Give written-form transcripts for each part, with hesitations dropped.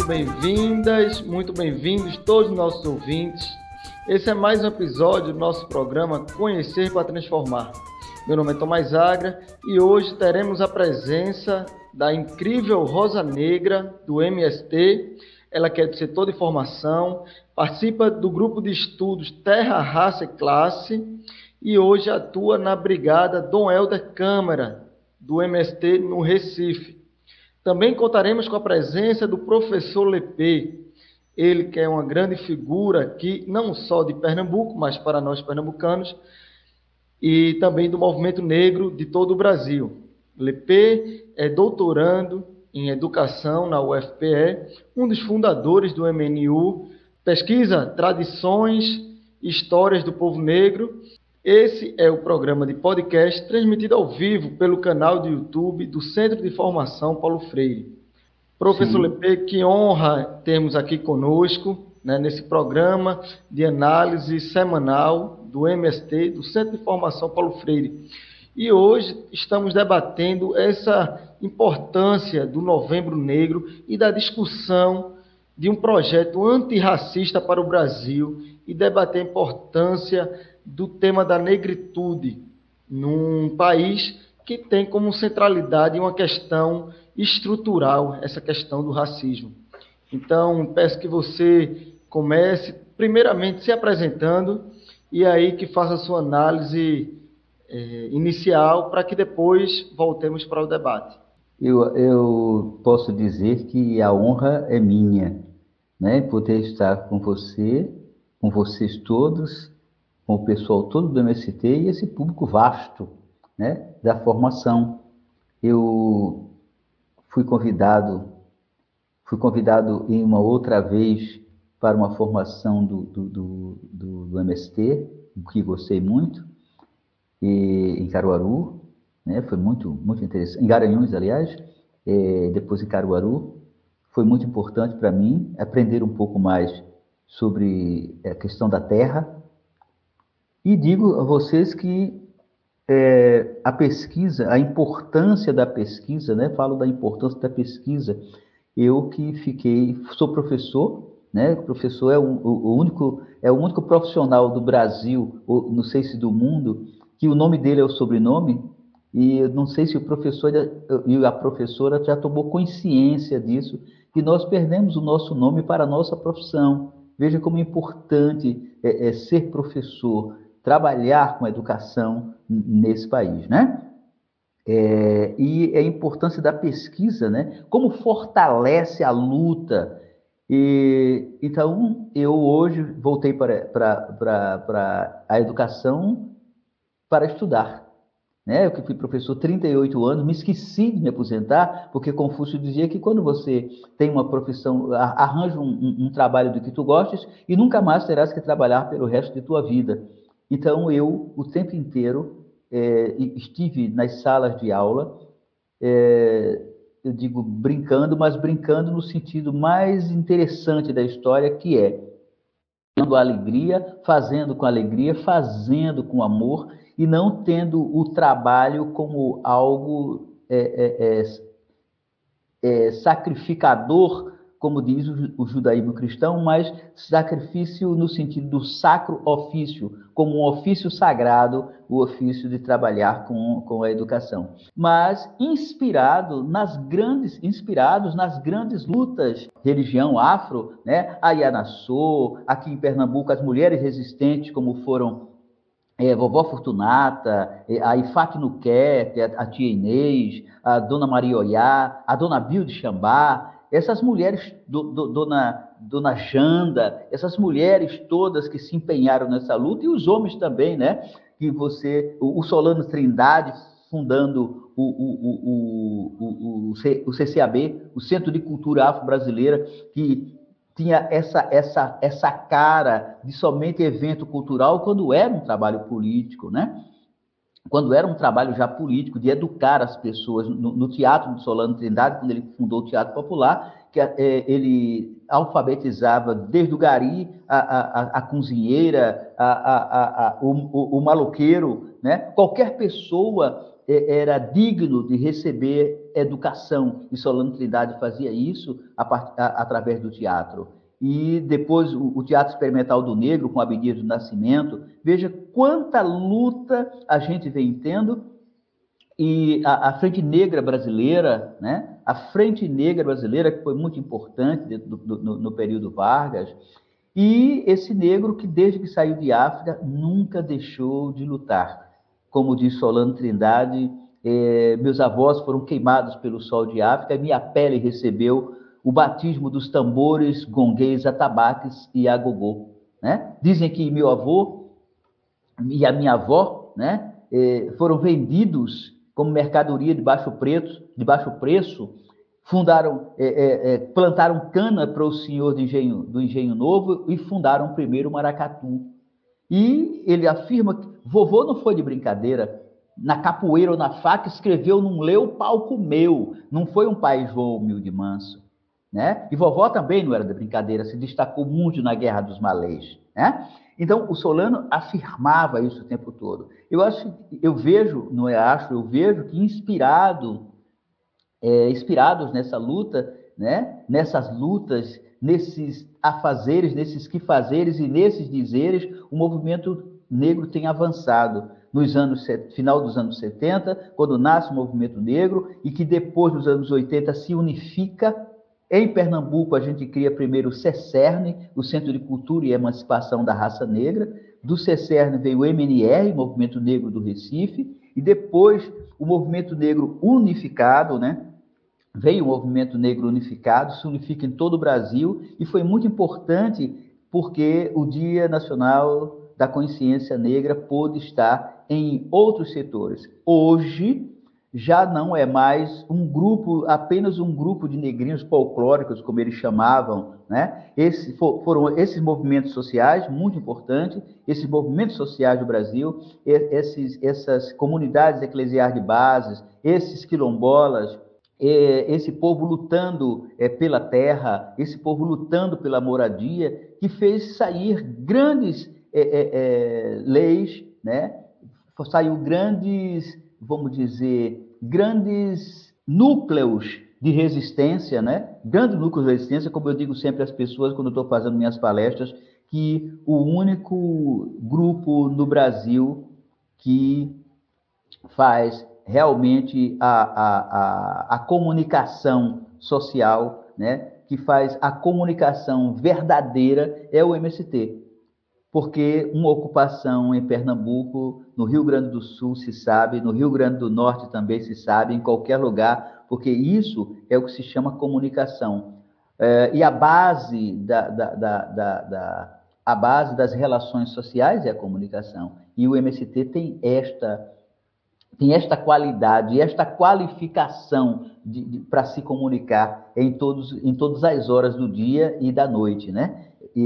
bem-vindas, muito bem-vindos todos os nossos ouvintes. Esse é mais um episódio do nosso programa Conhecer para Transformar. Meu nome é Tomás Agra e hoje teremos a presença da incrível Rosa Negra, do MST. Ela que é do setor de formação, participa do grupo de estudos Terra, Raça e Classe e hoje atua na Brigada Dom Helder Câmara, do MST no Recife. Também contaremos com a presença do professor Lepê, ele que é uma grande figura aqui, não só de Pernambuco, mas para nós pernambucanos, e também do movimento negro de todo o Brasil. Lepê é doutorando em educação na UFPE, um dos fundadores do MNU, pesquisa tradições e histórias do povo negro. Esse é o programa de podcast transmitido ao vivo pelo canal do YouTube do Centro de Formação Paulo Freire. Professor Lepê, que honra termos aqui conosco, nesse programa de análise semanal do MST, do Centro de Formação Paulo Freire. E hoje estamos debatendo essa importância do Novembro Negro e da discussão de um projeto antirracista para o Brasil e debater a importância do tema da negritude num país que tem como centralidade uma questão estrutural, essa questão do racismo. Então, peço que você comece, primeiramente, se apresentando e aí que faça a sua análise inicial para que depois voltemos para o debate. Eu posso dizer que a honra é minha, poder estar com você, com vocês todos, com o pessoal todo do MST e esse público vasto, da formação. Eu fui convidado em uma outra vez para uma formação do MST, que gostei muito, em Caruaru, foi muito interessante, em Garanhuns, aliás, depois em Caruaru, foi muito importante para mim aprender um pouco mais sobre a questão da terra. E digo a vocês que a pesquisa, a importância da pesquisa, falo da importância da pesquisa, eu que sou professor, o professor é o único profissional do Brasil, ou não sei se do mundo, que o nome dele é o sobrenome, e eu não sei se o professor e a professora já tomou consciência disso, que nós perdemos o nosso nome para a nossa profissão. Veja como é importante ser professor, trabalhar com a educação nesse país, e a importância da pesquisa, como fortalece a luta. Então, eu hoje voltei para a educação para estudar. Eu que fui professor 38 anos, me esqueci de me aposentar, porque Confúcio dizia que quando você tem uma profissão, arranja um trabalho do que tu gostes e nunca mais terás que trabalhar pelo resto de tua vida. Então, eu, o tempo inteiro, estive nas salas de aula, eu digo brincando, mas brincando no sentido mais interessante da história, que é tendo alegria, fazendo com alegria, fazendo com amor, e não tendo o trabalho como algo sacrificador, como diz o judaísmo cristão, mas sacrifício no sentido do sacro ofício, como um ofício sagrado, o ofício de trabalhar com a educação. Mas inspirados nas grandes lutas, religião afro, a Yanassô, aqui em Pernambuco, as mulheres resistentes, como foram Vovó Fortunata, a Ifá Nuquete, a tia Inês, a Dona Maria Oiá, a Dona Bio de Xambá, essas mulheres, Dona Janda, essas mulheres todas que se empenharam nessa luta, e os homens também, que o Solano Trindade, fundando o CCAB, o Centro de Cultura Afro-Brasileira, que tinha essa cara de somente evento cultural, quando era um trabalho político, Quando era um trabalho já político, de educar as pessoas no Teatro de Solano Trindade, quando ele fundou o Teatro Popular, que ele alfabetizava desde o gari, a cozinheira, o maloqueiro, qualquer pessoa era digno de receber educação, e Solano Trindade fazia isso através do teatro. E depois o Teatro Experimental do Negro, com Abdias do Nascimento. Veja quanta luta a gente vem tendo. E a Frente Negra Brasileira, né? A Frente Negra Brasileira, que foi muito importante no período Vargas, e esse negro que, desde que saiu de África, nunca deixou de lutar. Como diz Solano Trindade, meus avós foram queimados pelo sol de África, e minha pele recebeu o batismo dos tambores, gonguês, atabaques e agogô. Né? Dizem que meu avô e a minha avó, né, foram vendidos como mercadoria de baixo preço, plantaram cana para o senhor do Engenho Novo e fundaram o primeiro maracatu. E ele afirma que vovô não foi de brincadeira. Na capoeira ou na faca escreveu, não leu, palco meu. Não foi um pai João humilde e manso. Né? E vovó também não era de brincadeira, se destacou muito na Guerra dos Malês. Né? Então, o Solano afirmava isso o tempo todo. Eu vejo que inspirados nessa luta, né? Nessas lutas, nesses afazeres, nesses quifazeres e nesses dizeres, o movimento negro tem avançado. Final dos anos 70, quando nasce o movimento negro, e que depois dos anos 80 se unifica. Em Pernambuco, a gente cria primeiro o CECERN, o Centro de Cultura e Emancipação da Raça Negra. Do CECERN veio o MNR, Movimento Negro do Recife, e depois o Movimento Negro Unificado, né? Veio o Movimento Negro Unificado, se unifica em todo o Brasil, e foi muito importante porque o Dia Nacional da Consciência Negra pôde estar em outros setores. Hoje, já não é mais apenas um grupo de negrinhos folclóricos, como eles chamavam, né? Foram esses movimentos sociais, muito importantes, esses movimentos sociais do Brasil, essas comunidades eclesiais de bases, esses quilombolas, esse povo lutando pela terra, esse povo lutando pela moradia, que fez sair grandes leis, né? Saiu grandes, vamos dizer, grandes núcleos de resistência, né? Grandes núcleos de resistência, como eu digo sempre às pessoas quando estou fazendo minhas palestras, que o único grupo no Brasil que faz realmente a comunicação social, né? Que faz a comunicação verdadeira é o MST. Porque uma ocupação em Pernambuco, no Rio Grande do Sul se sabe, no Rio Grande do Norte também se sabe, em qualquer lugar, porque isso é o que se chama comunicação. E a base a base das relações sociais é a comunicação. E o MST tem esta qualidade, esta qualificação para se comunicar em todas as horas do dia e da noite, né?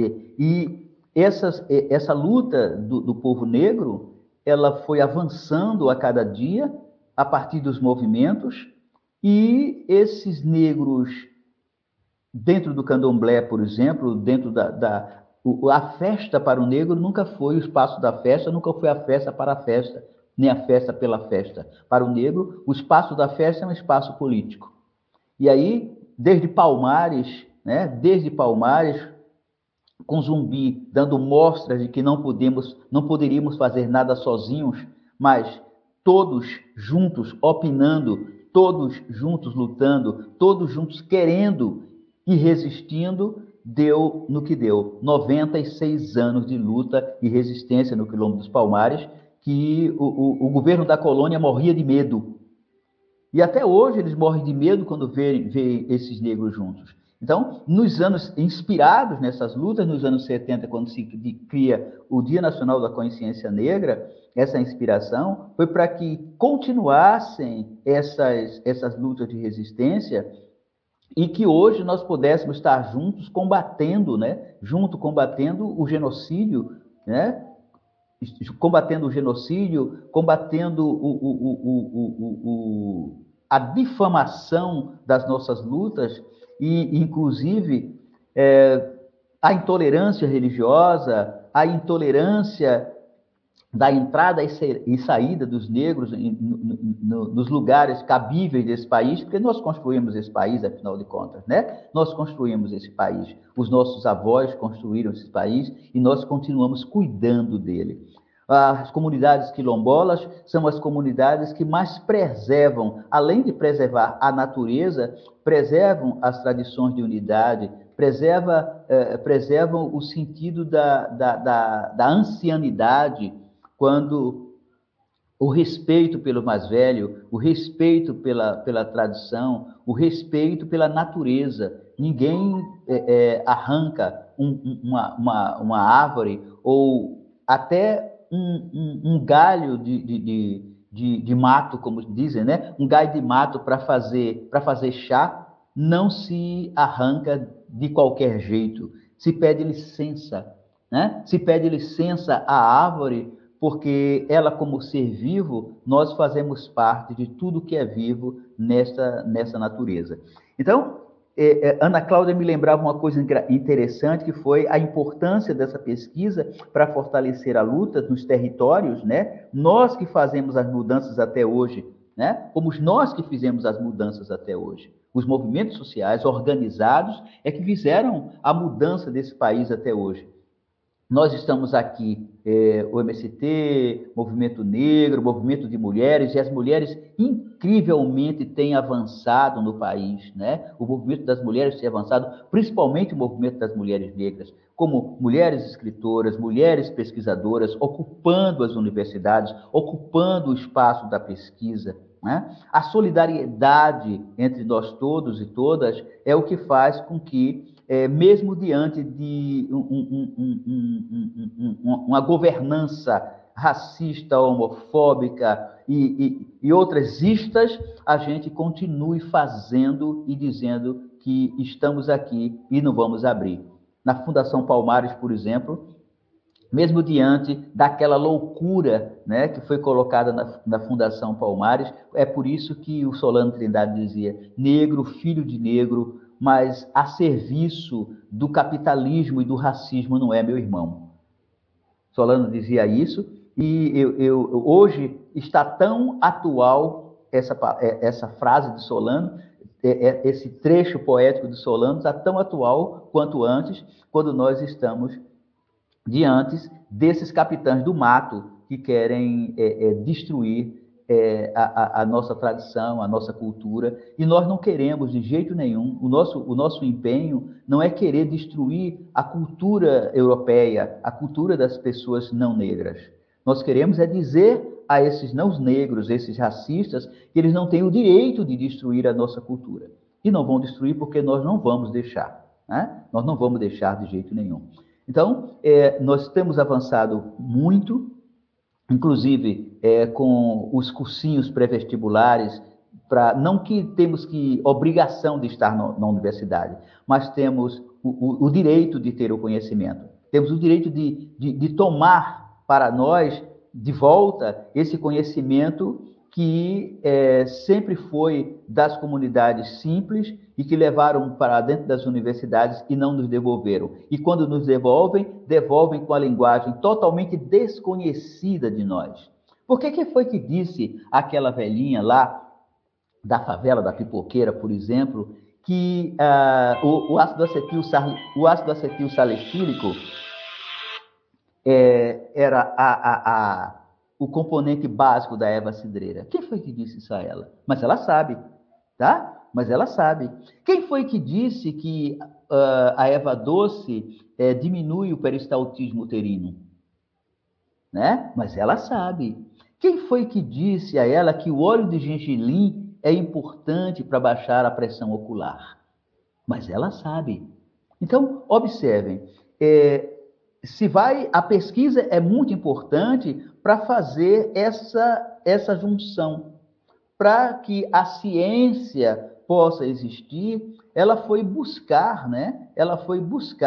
Essa luta do povo negro, ela foi avançando a cada dia a partir dos movimentos, e esses negros, dentro do candomblé, por exemplo, dentro a festa para o negro nunca foi o espaço da festa, nunca foi a festa para a festa, nem a festa pela festa. Para o negro, o espaço da festa é um espaço político. E aí, desde Palmares, com Zumbi dando mostras de que não poderíamos fazer nada sozinhos, mas todos juntos opinando, todos juntos lutando, todos juntos querendo e resistindo, deu no que deu. 96 anos de luta e resistência no Quilombo dos Palmares, que o governo da colônia morria de medo. E até hoje eles morrem de medo quando veem esses negros juntos. Então, inspirados nessas lutas, nos anos 70, quando se cria o Dia Nacional da Consciência Negra, essa inspiração foi para que continuassem essas lutas de resistência e que hoje nós pudéssemos estar juntos combatendo, né? Combatendo o genocídio, né? Combatendo a difamação das nossas lutas, e inclusive a intolerância religiosa, a intolerância da entrada e saída dos negros nos lugares cabíveis desse país, porque nós construímos esse país, afinal de contas, né? Nós construímos esse país, os nossos avós construíram esse país e nós continuamos cuidando dele. As comunidades quilombolas são as comunidades que mais preservam, além de preservar a natureza, preservam as tradições de unidade, preservam o sentido da ancianidade, quando o respeito pelo mais velho, o respeito pela tradição, o respeito pela natureza. Ninguém arranca uma árvore ou até um galho de mato, como dizem, né? Um galho de mato para fazer chá, não se arranca de qualquer jeito. Se pede licença, né? Se pede licença à árvore, porque ela, como ser vivo, nós fazemos parte de tudo que é vivo nessa natureza. Então, Ana Cláudia me lembrava uma coisa interessante, que foi a importância dessa pesquisa para fortalecer a luta nos territórios, né? Nós que fazemos as mudanças até hoje, né? Fomos nós que fizemos as mudanças até hoje. Os movimentos sociais organizados é que fizeram a mudança desse país até hoje. Nós estamos aqui, o MST, Movimento Negro, Movimento de Mulheres, e as mulheres incrivelmente têm avançado no país, né? O movimento das mulheres tem avançado, principalmente o movimento das mulheres negras, como mulheres escritoras, mulheres pesquisadoras, ocupando as universidades, ocupando o espaço da pesquisa, né? A solidariedade entre nós todos e todas é o que faz com que, mesmo diante de uma governança racista, homofóbica e outras istas, a gente continue fazendo e dizendo que estamos aqui e não vamos abrir. Na Fundação Palmares, por exemplo, mesmo diante daquela loucura, né, que foi colocada na Fundação Palmares, é por isso que o Solano Trindade dizia: negro, filho de negro, mas a serviço do capitalismo e do racismo não é meu irmão. Solano dizia isso, e hoje está tão atual essa frase de Solano, esse trecho poético de Solano está tão atual quanto antes, quando nós estamos diante desses capitães do mato que querem destruir a nossa tradição, a nossa cultura, e nós não queremos de jeito nenhum. O nosso empenho não é querer destruir a cultura europeia, a cultura das pessoas não negras. Nós queremos dizer a esses não negros, esses racistas, que eles não têm o direito de destruir a nossa cultura. E não vão destruir porque nós não vamos deixar, né? Nós não vamos deixar de jeito nenhum. Então, nós temos avançado muito, inclusive com os cursinhos pré-vestibulares, não que temos obrigação de estar na universidade, mas temos o direito de ter o conhecimento. Temos o direito de tomar para nós de volta esse conhecimento que sempre foi das comunidades simples e que levaram para dentro das universidades e não nos devolveram. E quando nos devolvem com a linguagem totalmente desconhecida de nós. Por que foi que disse aquela velhinha lá da favela da Pipoqueira, por exemplo, que o ácido acetil salicílico era o componente básico da erva cidreira? Quem foi que disse isso a ela? Mas ela sabe, tá? Mas ela sabe. Quem foi que disse que a erva doce diminui o peristaltismo uterino? Né? Mas ela sabe. Quem foi que disse a ela que o óleo de gengilim é importante para baixar a pressão ocular? Mas ela sabe. Então, observem, a pesquisa é muito importante para fazer essa junção. Para que a ciência possa existir, ela foi buscar, né? Ela foi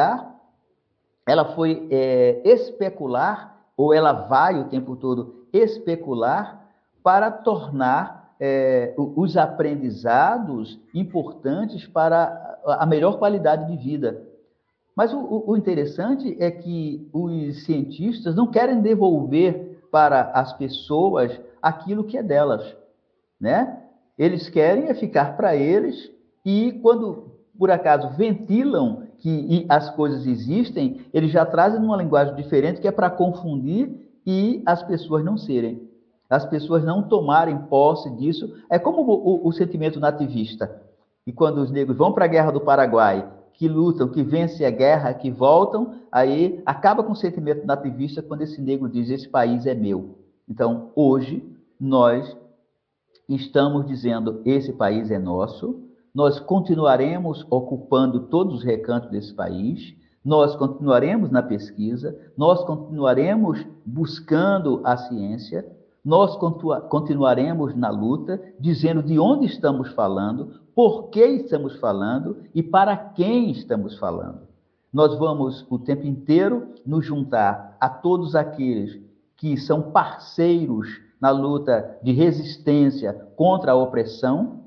especular, ou ela vai o tempo todo especular para tornar os aprendizados importantes para a melhor qualidade de vida. Mas o interessante é que os cientistas não querem devolver para as pessoas aquilo que é delas, né? Eles querem ficar para eles, e quando, por acaso, ventilam que as coisas existem, eles já trazem uma linguagem diferente que é para confundir e as pessoas não serem. As pessoas não tomarem posse disso. É como o sentimento nativista. E quando os negros vão para a Guerra do Paraguai, que lutam, que vencem a guerra, que voltam, aí acaba com o sentimento nativista quando esse negro diz: esse país é meu. Então, hoje, nós estamos dizendo: esse país é nosso, nós continuaremos ocupando todos os recantos desse país, nós continuaremos na pesquisa, nós continuaremos buscando a ciência, nós continuaremos na luta, dizendo de onde estamos falando, por que estamos falando e para quem estamos falando. Nós vamos o tempo inteiro nos juntar a todos aqueles que são parceiros na luta de resistência contra a opressão,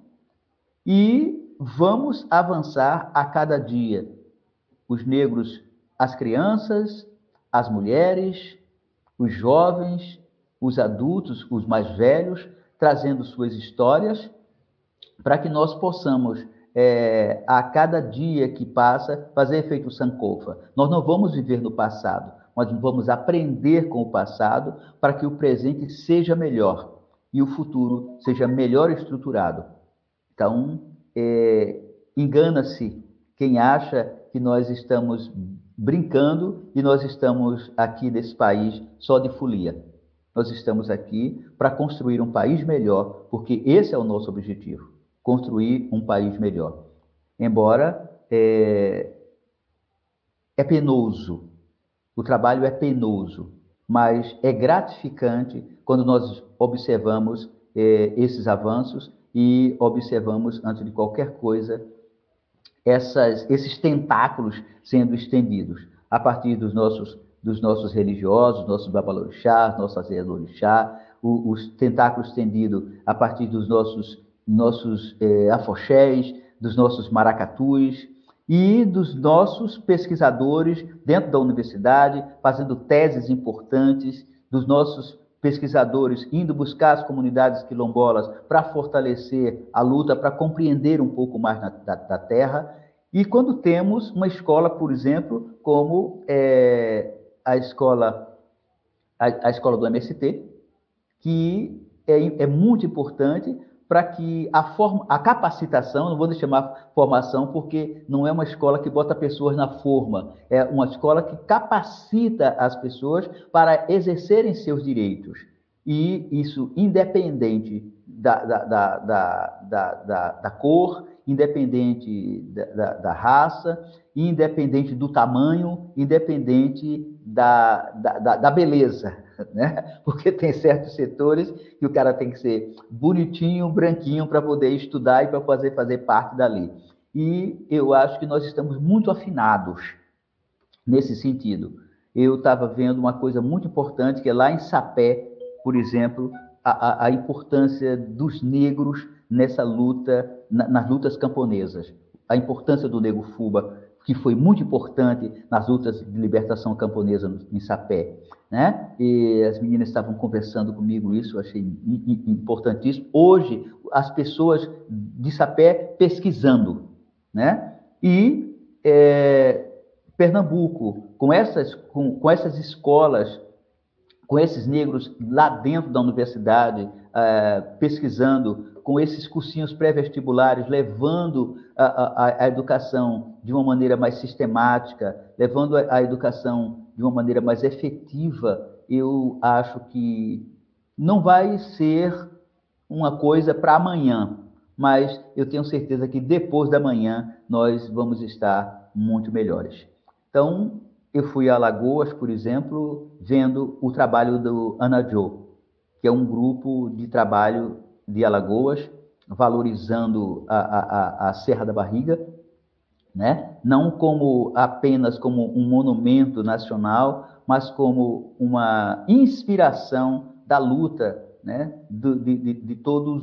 e vamos avançar a cada dia. Os negros, as crianças, as mulheres, os jovens, os adultos, os mais velhos, trazendo suas histórias, para que nós possamos, a cada dia que passa, fazer efeito Sankofa. Nós não vamos viver no passado, nós vamos aprender com o passado para que o presente seja melhor e o futuro seja melhor estruturado. Então, engana-se quem acha que nós estamos brincando e nós estamos aqui nesse país só de folia. Nós estamos aqui para construir um país melhor, porque esse é o nosso objetivo, construir um país melhor. Embora é penoso, o trabalho é penoso, mas é gratificante quando nós observamos esses avanços e observamos, antes de qualquer coisa, esses tentáculos sendo estendidos a partir dos nossos religiosos, nossos babalorixás, nossas orixá, os tentáculos estendidos a partir dos nossos afoxés, dos nossos maracatus e dos nossos pesquisadores dentro da universidade, fazendo teses importantes, dos nossos pesquisadores indo buscar as comunidades quilombolas para fortalecer a luta, para compreender um pouco mais da terra. E quando temos uma escola, por exemplo, como a escola do MST, que é muito importante para que a capacitação, não vou chamar formação, porque não é uma escola que bota pessoas na forma, é uma escola que capacita as pessoas para exercerem seus direitos. E isso independente da cor, independente da raça, independente do tamanho, independente da beleza, né? Porque tem certos setores que o cara tem que ser bonitinho, branquinho, para poder estudar e para fazer parte dali. E eu acho que nós estamos muito afinados nesse sentido. Eu estava vendo uma coisa muito importante, que é lá em Sapé, por exemplo, a importância dos negros nessa luta, nas lutas camponesas. A importância do negro Fuba, que foi muito importante nas lutas de libertação camponesa em Sapé, né? E as meninas estavam conversando comigo isso, eu achei importantíssimo. Hoje, as pessoas de Sapé pesquisando, né? E Pernambuco, com essas escolas, com esses negros lá dentro da universidade, pesquisando, com esses cursinhos pré-vestibulares, levando a educação de uma maneira mais sistemática, levando a educação de uma maneira mais efetiva, eu acho que não vai ser uma coisa para amanhã, mas eu tenho certeza que depois da manhã nós vamos estar muito melhores. Então, eu fui a Alagoas, por exemplo, vendo o trabalho do Anajô, que é um grupo de trabalho de Alagoas, valorizando a Serra da Barriga, né? Não apenas como um monumento nacional, mas como uma inspiração da luta, né? de todos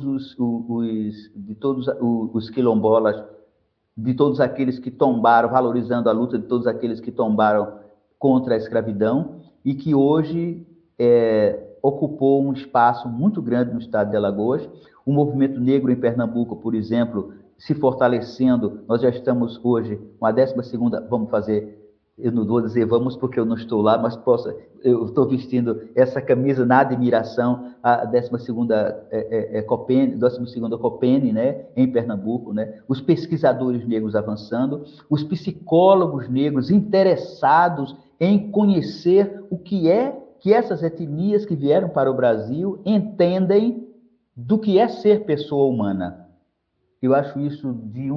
os quilombolas, de todos aqueles que tombaram, valorizando a luta de todos aqueles que tombaram contra a escravidão e que hoje ocupou um espaço muito grande no estado de Alagoas. O movimento negro em Pernambuco, por exemplo, se fortalecendo. Nós já estamos hoje com a 12ª, vamos fazer, eu não vou dizer vamos porque eu não estou lá, mas eu estou vestindo essa camisa na admiração, a 12ª Copene, 12ª Copene, né, em Pernambuco, né, os pesquisadores negros avançando, os psicólogos negros interessados em conhecer o que é que essas etnias que vieram para o Brasil entendem do que é ser pessoa humana. Eu acho isso de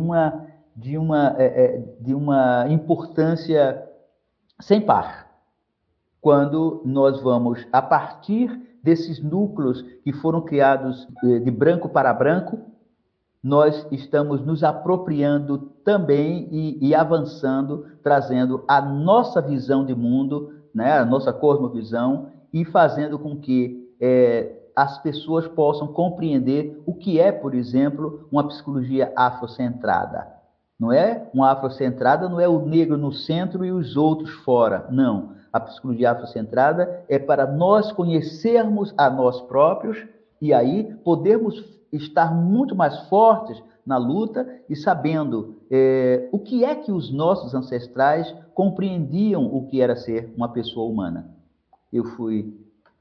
uma importância sem par. Quando nós vamos, a partir desses núcleos que foram criados de branco para branco, nós estamos nos apropriando também e avançando, trazendo a nossa visão de mundo, né, a nossa cosmovisão, e fazendo com que as pessoas possam compreender o que é, por exemplo, uma psicologia afrocentrada. Não é uma afrocentrada, não é o negro no centro e os outros fora, não. A psicologia afrocentrada é para nós conhecermos a nós próprios e aí podermos estar muito mais fortes na luta e sabendo o que é que os nossos ancestrais compreendiam o que era ser uma pessoa humana. Eu fui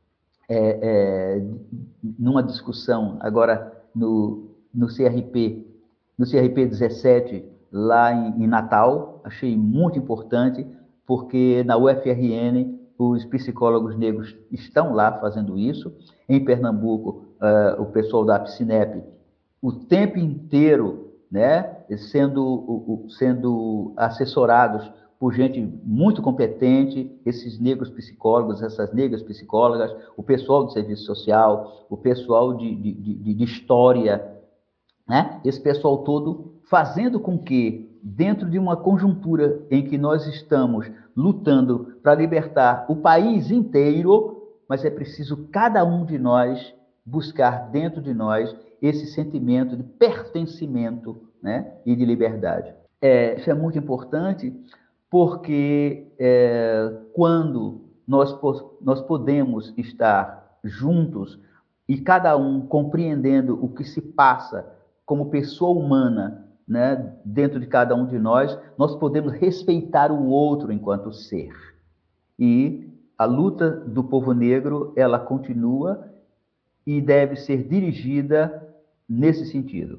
numa discussão agora no CRP 17, lá em Natal, achei muito importante, porque na UFRN os psicólogos negros estão lá fazendo isso. Em Pernambuco, o pessoal da Apsinep, o tempo inteiro, né, sendo assessorados por gente muito competente, esses negros psicólogos, essas negras psicólogas, o pessoal do serviço social, o pessoal de história, né? Esse pessoal todo fazendo com que, dentro de uma conjuntura em que nós estamos lutando para libertar o país inteiro, mas é preciso cada um de nós buscar dentro de nós esse sentimento de pertencimento, né, e de liberdade. Isso é muito importante porque quando nós podemos estar juntos e cada um compreendendo o que se passa como pessoa humana, né, dentro de cada um de nós, nós podemos respeitar o outro enquanto ser. E a luta do povo negro, ela continua e deve ser dirigida nesse sentido.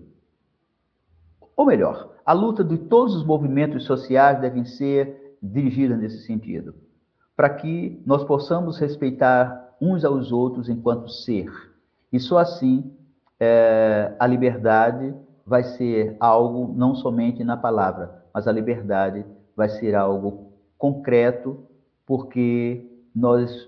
Ou melhor, a luta de todos os movimentos sociais devem ser dirigida nesse sentido, para que nós possamos respeitar uns aos outros enquanto ser. E só assim a liberdade vai ser algo não somente na palavra, mas a liberdade vai ser algo concreto, porque nós,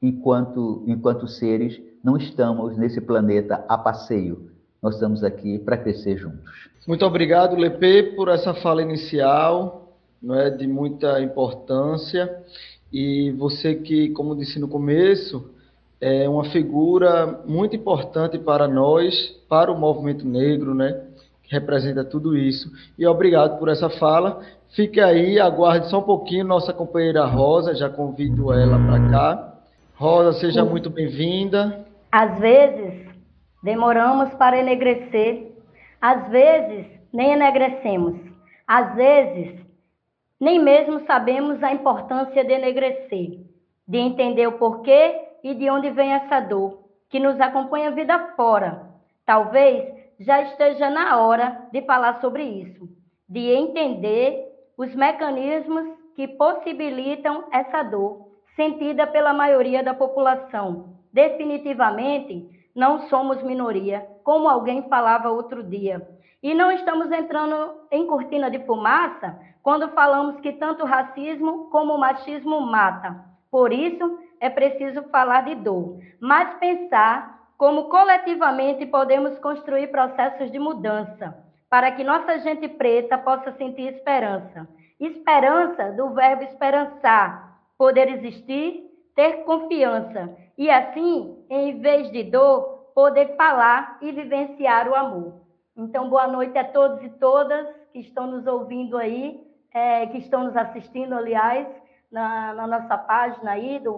enquanto seres, não estamos nesse planeta a passeio. Nós estamos aqui para crescer juntos. Muito obrigado, Lepê, por essa fala inicial, não é, de muita importância. E você que, como disse no começo, é uma figura muito importante para nós, para o movimento negro, né, que representa tudo isso. E obrigado por essa fala. Fique aí, aguarde só um pouquinho nossa companheira Rosa, já convido ela para cá. Rosa, seja muito bem-vinda. Às vezes, demoramos para enegrecer, às vezes, nem enegrecemos, às vezes, nem mesmo sabemos a importância de enegrecer, de entender o porquê e de onde vem essa dor, que nos acompanha a vida fora. Talvez já esteja na hora de falar sobre isso, de entender os mecanismos que possibilitam essa dor, sentida pela maioria da população. Definitivamente, não somos minoria, como alguém falava outro dia. E não estamos entrando em cortina de fumaça quando falamos que tanto o racismo como o machismo mata. Por isso, é preciso falar de dor, mas pensar como coletivamente podemos construir processos de mudança, para que nossa gente preta possa sentir esperança. Esperança do verbo esperançar, poder existir, ter confiança, e assim, em vez de dor, poder falar e vivenciar o amor. Então, boa noite a todos e todas que estão nos ouvindo aí, que estão nos assistindo, aliás, na nossa página aí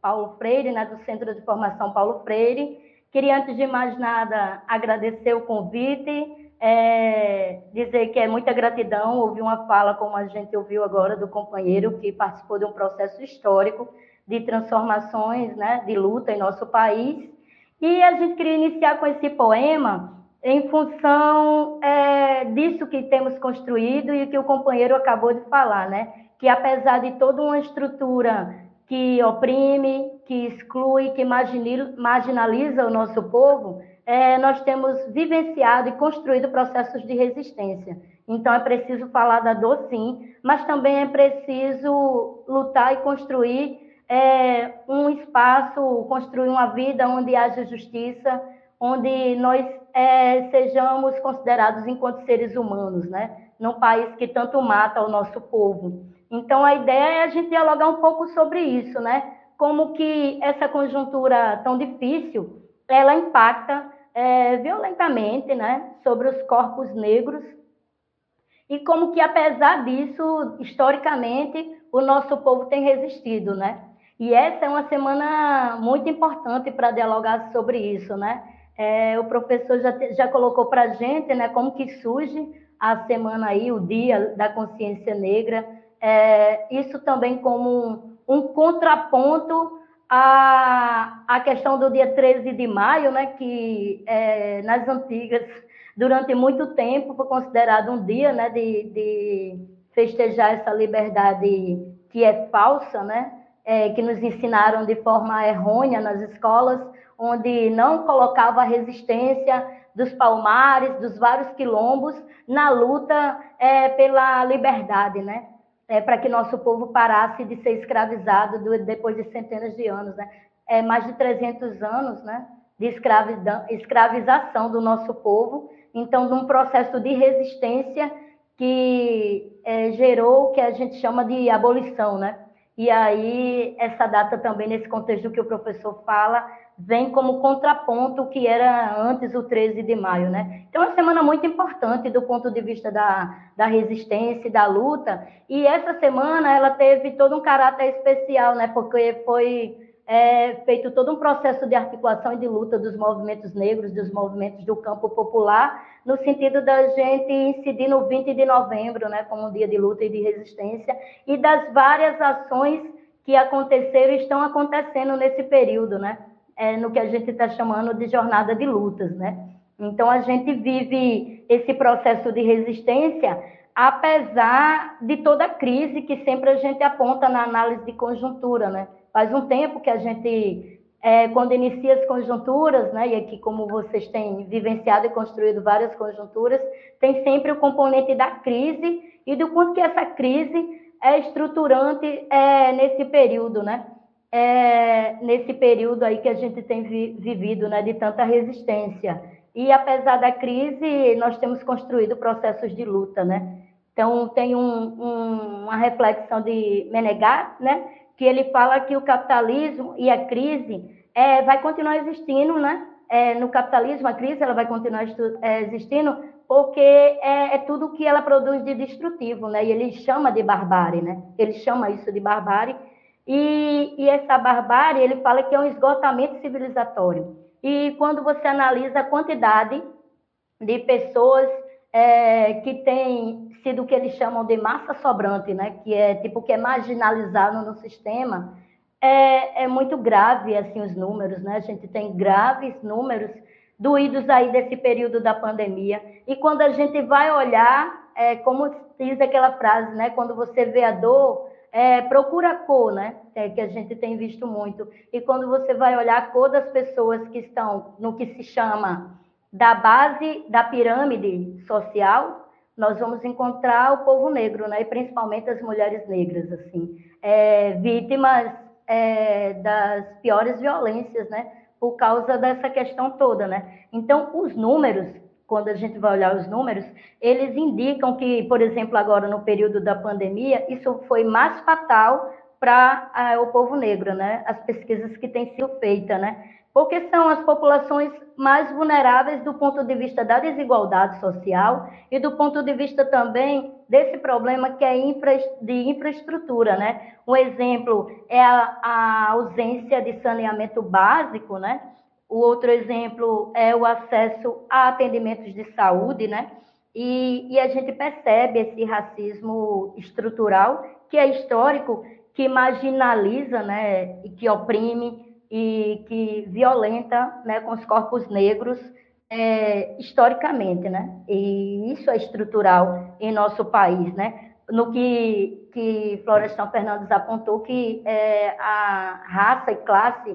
Paulo Freire, né, do Centro de Formação Paulo Freire. Queria, antes de mais nada, agradecer o convite, dizer que é muita gratidão ouvir uma fala como a gente ouviu agora do companheiro que participou de um processo histórico de transformações, né, de luta em nosso país. E a gente queria iniciar com esse poema em função disso que temos construído e que o companheiro acabou de falar, né? Que apesar de toda uma estrutura que oprime, que exclui, que marginaliza o nosso povo, nós temos vivenciado e construído processos de resistência. Então é preciso falar da dor, sim, mas também é preciso lutar e construir um espaço, construir uma vida onde haja justiça, onde nós sejamos considerados enquanto seres humanos, né? Num país que tanto mata o nosso povo. Então, a ideia é a gente dialogar um pouco sobre isso, né? Como que essa conjuntura tão difícil, ela impacta violentamente, né? Sobre os corpos negros e como que, apesar disso, historicamente, o nosso povo tem resistido, né? E essa é uma semana muito importante para dialogar sobre isso, né? O professor já colocou para a gente, né, como que surge a semana aí, o Dia da Consciência Negra, isso também como um contraponto à questão do dia 13 de maio, né, que nas antigas, durante muito tempo, foi considerado um dia, né, de festejar essa liberdade que é falsa, né, que nos ensinaram de forma errônea nas escolas, onde não colocava a resistência dos palmares, dos vários quilombos, na luta pela liberdade, né? Para que nosso povo parasse de ser escravizado depois de centenas de anos, né? Mais de 300 anos, né? De escravização do nosso povo. Então, de um processo de resistência que gerou o que a gente chama de abolição, né? E aí, essa data também, nesse contexto que o professor fala, vem como contraponto que era antes o 13 de maio, né? Então, é uma semana muito importante do ponto de vista da resistência e da luta, e essa semana ela teve todo um caráter especial, né? Porque foi feito todo um processo de articulação e de luta dos movimentos negros, dos movimentos do campo popular, no sentido da gente incidir no 20 de novembro, né? Como um dia de luta e de resistência, e das várias ações que aconteceram e estão acontecendo nesse período, né? No que a gente está chamando de jornada de lutas, né? Então, a gente vive esse processo de resistência, apesar de toda a crise que sempre a gente aponta na análise de conjuntura, né? Faz um tempo que a gente, quando inicia as conjunturas, né? E aqui, como vocês têm vivenciado e construído várias conjunturas, tem sempre o componente da crise e do quanto que essa crise é estruturante nesse período, né? Nesse período aí que a gente tem vivido, né, de tanta resistência. E apesar da crise, nós temos construído processos de luta, né? Então, tem uma reflexão de Meneghat, né, que ele fala que o capitalismo e a crise vai continuar existindo, né? No capitalismo, a crise ela vai continuar existindo porque é tudo que ela produz de destrutivo, né? E ele chama de barbárie, né? Ele chama isso de barbárie. E essa barbárie, ele fala que é um esgotamento civilizatório. E quando você analisa a quantidade de pessoas que têm sido o que eles chamam de massa sobrante, né? Que é marginalizado no sistema, é muito grave assim os números, né? A gente tem graves números doídos aí desse período da pandemia. E quando a gente vai olhar, como diz aquela frase, né? Quando você vê a dor, procura a cor, né? Que a gente tem visto muito. E quando você vai olhar a cor das pessoas que estão no que se chama da base da pirâmide social, nós vamos encontrar o povo negro, né? E principalmente as mulheres negras, assim, vítimas das piores violências, né? Por causa dessa questão toda, né? Então, os números, quando a gente vai olhar os números, eles indicam que, por exemplo, agora no período da pandemia, isso foi mais fatal para o povo negro, né? As pesquisas que têm sido feitas, né? porque são as populações mais vulneráveis do ponto de vista da desigualdade social e do ponto de vista também desse problema que é de infraestrutura, né? Um exemplo é a ausência de saneamento básico, né? O outro exemplo é o acesso a atendimentos de saúde, né? E a gente percebe esse racismo estrutural, que é histórico, que marginaliza, né? E que oprime e que violenta, né, com os corpos negros historicamente, né? E isso é estrutural em nosso país, né? No que Florestan Fernandes apontou, que a raça e classe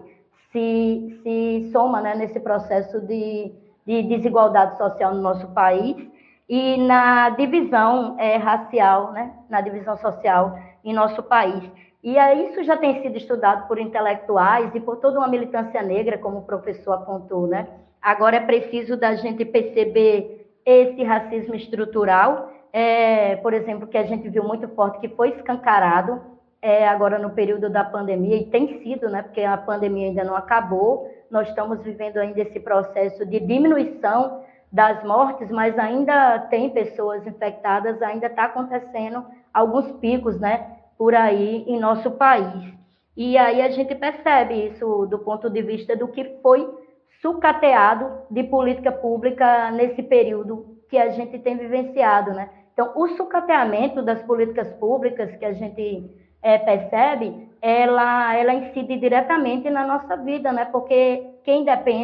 se soma, né, nesse processo de desigualdade social no nosso país e na divisão racial, né, na divisão social em nosso país. E isso já tem sido estudado por intelectuais e por toda uma militância negra, como o professor apontou, né? Agora é preciso da gente perceber esse racismo estrutural, por exemplo, que a gente viu muito forte, que foi escancarado agora no período da pandemia, e tem sido, né? Porque a pandemia ainda não acabou, nós estamos vivendo ainda esse processo de diminuição das mortes, mas ainda tem pessoas infectadas, ainda está acontecendo alguns picos, né? Por aí em nosso país. E aí a gente percebe isso do ponto de vista do que foi sucateado de política pública nesse período que a gente tem vivenciado, né? Então, o sucateamento das políticas públicas que a gente percebe, ela incide diretamente na nossa vida, né? Porque quem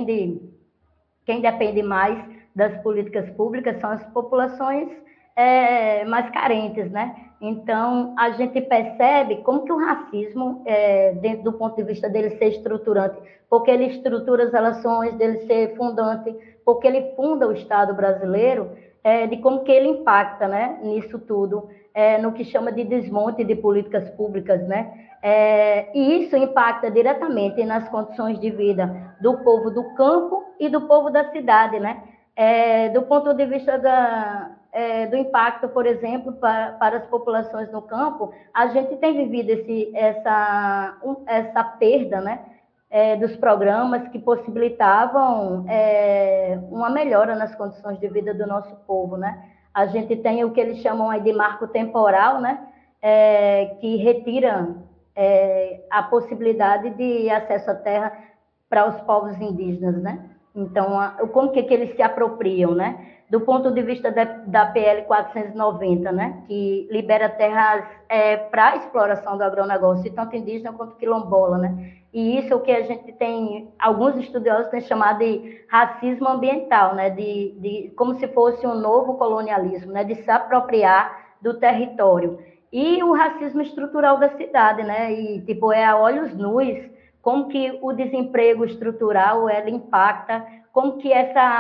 depende mais das políticas públicas são as populações mais carentes, né? Então, a gente percebe como que o racismo, dentro do ponto de vista dele ser estruturante, porque ele estrutura as relações, dele ser fundante, porque ele funda o Estado brasileiro, de como que ele impacta, né, nisso tudo, no que chama de desmonte de políticas públicas, né? E isso impacta diretamente nas condições de vida do povo do campo e do povo da cidade, né? Do ponto de vista do impacto, por exemplo, para as populações no campo, a gente tem vivido essa perda, né, dos programas que possibilitavam uma melhora nas condições de vida do nosso povo, né? A gente tem o que eles chamam aí de marco temporal, né, que retira a possibilidade de acesso à terra para os povos indígenas, né? Então, como que eles se apropriam, né? Do ponto de vista da PL 490, né? Que libera terras para a exploração do agronegócio, tanto indígena quanto quilombola, né? E isso é o que a gente tem, alguns estudiosos têm chamado de racismo ambiental, né? Como se fosse um novo colonialismo, né? De se apropriar do território. E o racismo estrutural da cidade, né? E, tipo, a olhos nus, como que o desemprego estrutural ele impacta, como que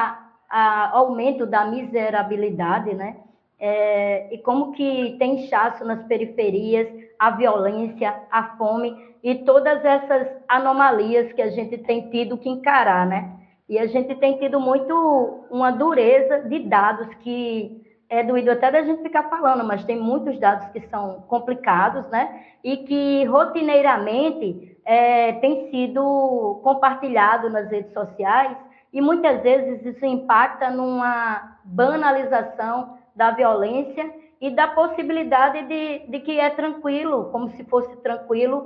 aumento da miserabilidade, né? E como que tem inchaço nas periferias, a violência, a fome e todas essas anomalias que a gente tem tido que encarar, né? E a gente tem tido muito uma dureza de dados que é doído até da gente ficar falando, mas tem muitos dados que são complicados, né? E que rotineiramente tem sido compartilhado nas redes sociais e muitas vezes isso impacta numa banalização da violência e da possibilidade de que é tranquilo, como se fosse tranquilo,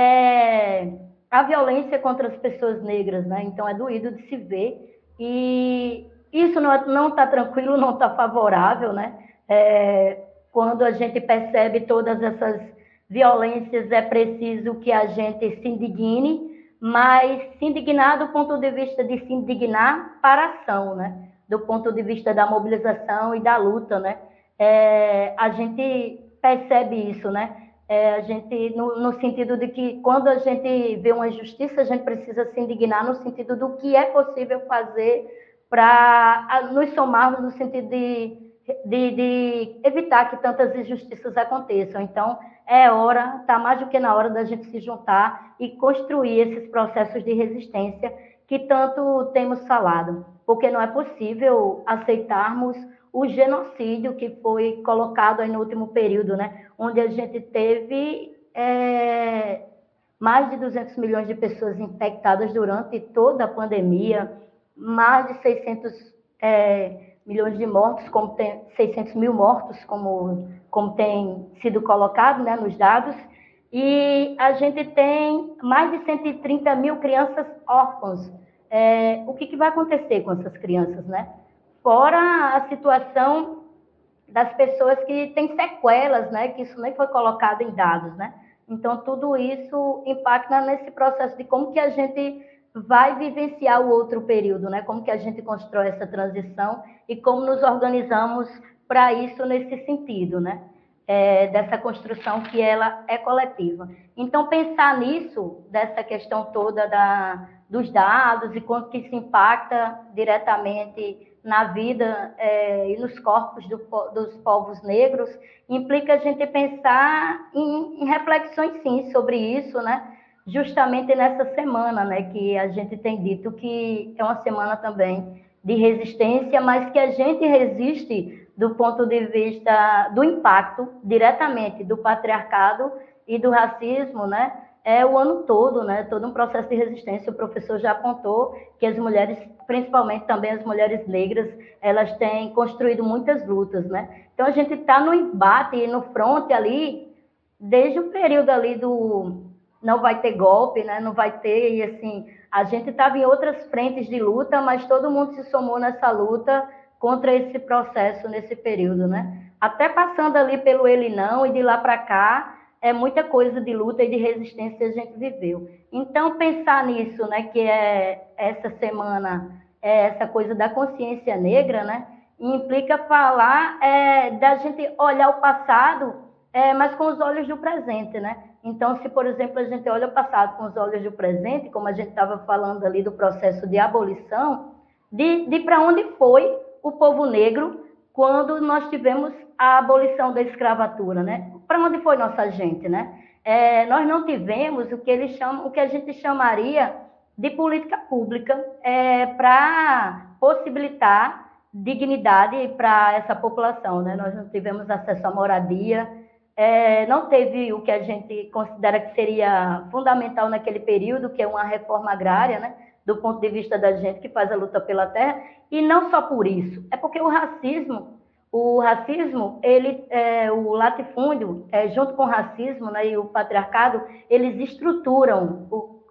a violência contra as pessoas negras, né? Então é doído de se ver e isso não está tranquilo, não está favorável, né? Quando a gente percebe todas essas violências, é preciso que a gente se indigne, mas se indignar do ponto de vista de se indignar para a ação, né? Do ponto de vista da mobilização e da luta, né? A gente percebe isso, né? A gente, no sentido de que quando a gente vê uma injustiça, a gente precisa se indignar no sentido do que é possível fazer para nos somarmos no sentido de evitar que tantas injustiças aconteçam. Então, está mais do que na hora da gente se juntar e construir esses processos de resistência que tanto temos falado, porque não é possível aceitarmos o genocídio que foi colocado aí no último período, né? Onde a gente teve mais de 200 milhões de pessoas infectadas durante toda a pandemia, mais de 600 milhões de mortos, 600 mil mortos, como tem sido colocado, né, nos dados, e a gente tem mais de 130 mil crianças órfãs. O que vai acontecer com essas crianças, né? Fora a situação das pessoas que têm sequelas, né, que isso nem foi colocado em dados, né? Então, tudo isso impacta nesse processo de como que a gente vai vivenciar o outro período, né? Como que a gente constrói essa transição e como nos organizamos para isso nesse sentido, né? Dessa construção que ela é coletiva. Então, pensar nisso, dessa questão toda dos dados e quanto que isso impacta diretamente na vida e nos corpos dos povos negros, implica a gente pensar em reflexões, sim, sobre isso, né? Justamente nessa semana, né, que a gente tem dito que é uma semana também de resistência, mas que a gente resiste do ponto de vista do impacto diretamente do patriarcado e do racismo, né? O ano todo, né? Todo um processo de resistência. O professor já apontou que as mulheres, principalmente também as mulheres negras, elas têm construído muitas lutas, né? Então a gente está no embate e no fronte ali, desde o período ali do não vai ter golpe, né? Não vai ter, e assim, a gente estava em outras frentes de luta, mas todo mundo se somou nessa luta contra esse processo nesse período, né? Até passando ali pelo ele não e de lá para cá, muita coisa de luta e de resistência a gente viveu. Então, pensar nisso, né, que essa semana, essa coisa da consciência negra, né, implica falar da gente olhar o passado, mas com os olhos do presente, né? Então, se, por exemplo, a gente olha o passado com os olhos do presente, como a gente estava falando ali do processo de abolição, de para onde foi o povo negro quando nós tivemos a abolição da escravatura, né? Para onde foi nossa gente, né? Nós não tivemos o que a gente chamaria de política pública para possibilitar dignidade para essa população, né? Nós não tivemos acesso à moradia, não teve o que a gente considera que seria fundamental naquele período, que é uma reforma agrária, né? Do ponto de vista da gente que faz a luta pela terra, e não só por isso, é porque o racismo, o latifúndio, junto com o racismo, né, e o patriarcado, eles estruturam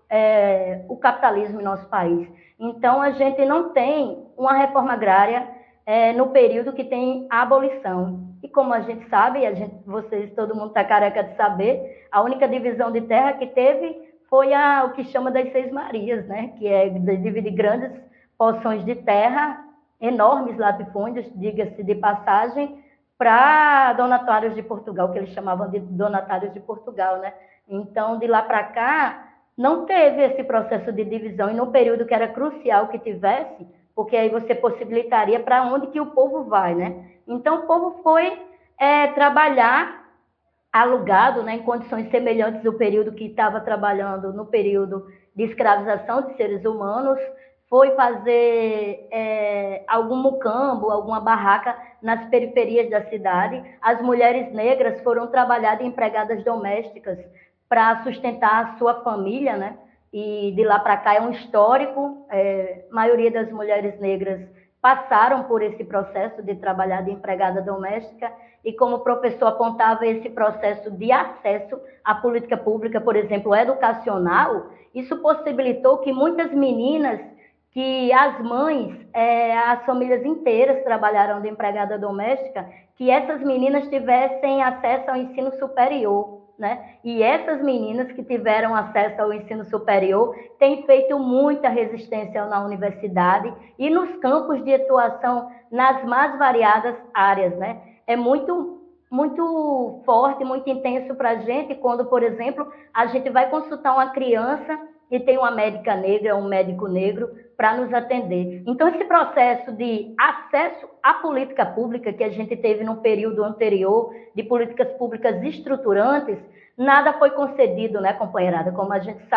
o capitalismo em nosso país. Então, a gente não tem uma reforma agrária no período que tem a abolição. E como a gente sabe, todo mundo está careca de saber, a única divisão de terra que teve foi o que chama das Seis Marias, né? Que dividir grandes porções de terra, enormes latifúndios, diga-se de passagem, para donatários de Portugal, que eles chamavam de donatários de Portugal, né? Então, de lá para cá, não teve esse processo de divisão, e no período que era crucial que tivesse, porque aí você possibilitaria para onde que o povo vai, né? Então, o povo foi trabalhar alugado, né, em condições semelhantes do período que estava trabalhando no período de escravização de seres humanos, foi fazer algum mucambo, alguma barraca nas periferias da cidade. As mulheres negras foram trabalhar de empregadas domésticas para sustentar a sua família, né? E de lá para cá é um histórico, a maioria das mulheres negras passaram por esse processo de trabalhar de empregada doméstica, e como o professor apontava esse processo de acesso à política pública, por exemplo, educacional, isso possibilitou que muitas meninas, que as mães, as famílias inteiras trabalharam de empregada doméstica, que essas meninas tivessem acesso ao ensino superior, né? E essas meninas que tiveram acesso ao ensino superior têm feito muita resistência na universidade e nos campos de atuação nas mais variadas áreas, né? É muito, muito forte, muito intenso para a gente quando, por exemplo, a gente vai consultar uma criança e tem uma médica negra, um médico negro para nos atender. Então, esse processo de acesso à política pública que a gente teve no período anterior, de políticas públicas estruturantes, nada foi concedido, né, companheirada? Como a gente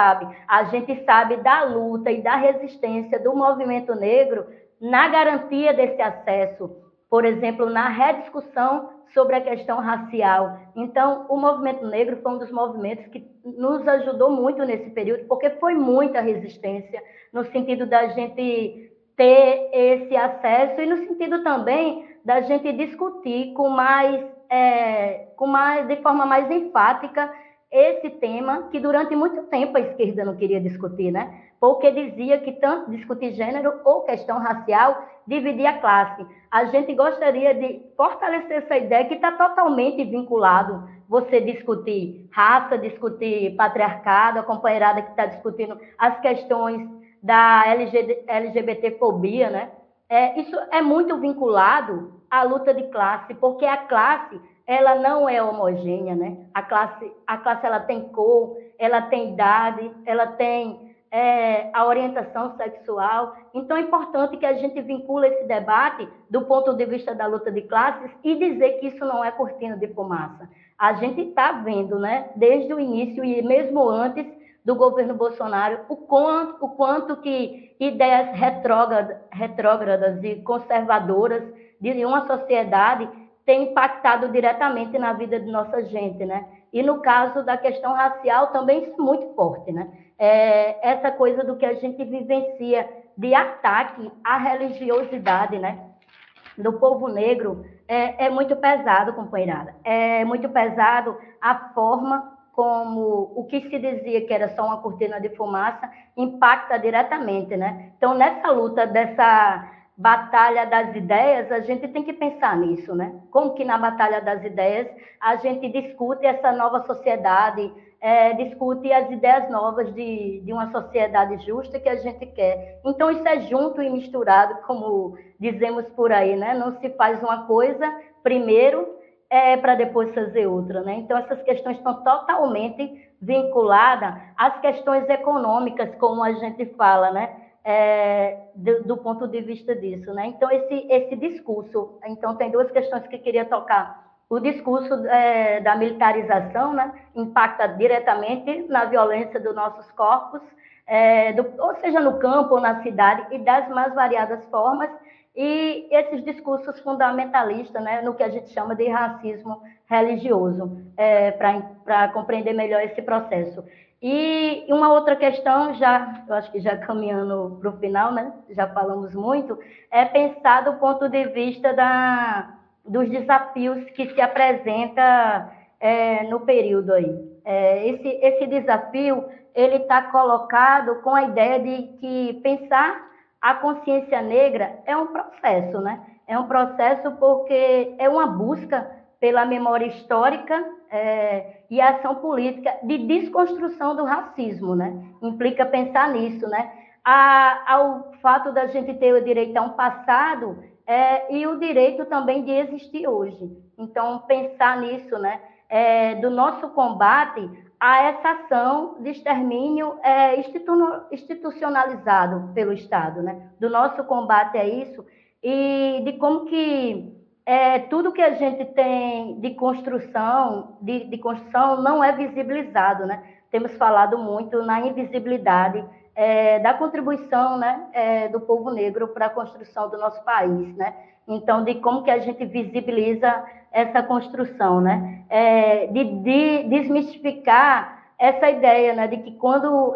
sabe da luta e da resistência do movimento negro na garantia desse acesso por exemplo, na rediscussão sobre a questão racial. Então, o movimento negro foi um dos movimentos que nos ajudou muito nesse período, porque foi muita resistência, no sentido da gente ter esse acesso e no sentido também da gente discutir de forma mais enfática esse tema que durante muito tempo a esquerda não queria discutir, né? Porque dizia que tanto discutir gênero ou questão racial dividia a classe. A gente gostaria de fortalecer essa ideia que está totalmente vinculado você discutir raça, discutir patriarcado, a companheirada que está discutindo as questões da LGBTfobia, né? Isso é muito vinculado à luta de classe, porque a classe ela não é homogênea, né? A classe ela tem cor, ela tem idade, ela tem a orientação sexual. Então é importante que a gente vincule esse debate do ponto de vista da luta de classes e dizer que isso não é cortina de fumaça. A gente está vendo, né, desde o início e mesmo antes do governo Bolsonaro, o quanto que ideias retrógradas e conservadoras de uma sociedade têm impactado diretamente na vida de nossa gente, né? E no caso da questão racial também isso é muito forte, né? Essa coisa do que a gente vivencia de ataque à religiosidade, né, do povo negro é muito pesado, companheirada. É muito pesado a forma como o que se dizia que era só uma cortina de fumaça impacta diretamente, né? Então, nessa luta, dessa batalha das ideias, a gente tem que pensar nisso, né? Como que na batalha das ideias a gente discute essa nova sociedade, discute as ideias novas de uma sociedade justa que a gente quer. Então, isso é junto e misturado, como dizemos por aí, né? Não se faz uma coisa primeiro para depois fazer outra, né? Então, essas questões estão totalmente vinculadas às questões econômicas, como a gente fala, né? Do ponto de vista disso, né? Então, esse discurso, então, tem duas questões que eu queria tocar. O discurso da militarização, né, impacta diretamente na violência dos nossos corpos, ou seja, no campo ou na cidade, e das mais variadas formas, e esses discursos fundamentalistas, né, no que a gente chama de racismo religioso, para compreender melhor esse processo. E uma outra questão, eu acho que já caminhando para o final, né, já falamos muito, é pensar do ponto de vista dos desafios que se apresenta no período aí. Esse desafio ele está colocado com a ideia de que pensar a consciência negra é um processo, né? É um processo porque é uma busca pela memória histórica e ação política de desconstrução do racismo, né? Implica pensar nisso, né? Ao fato da gente ter o direito a um passado e o direito também de existir hoje. Então, pensar nisso, né? Do nosso combate a essa ação de extermínio institucionalizado pelo Estado, né? Do nosso combate a isso e de como que tudo que a gente tem de construção não é visibilizado, né? Temos falado muito na invisibilidade da contribuição, né, do povo negro para a construção do nosso país, né? Então, de como que a gente visibiliza essa construção, né? De desmistificar essa ideia, né, de que quando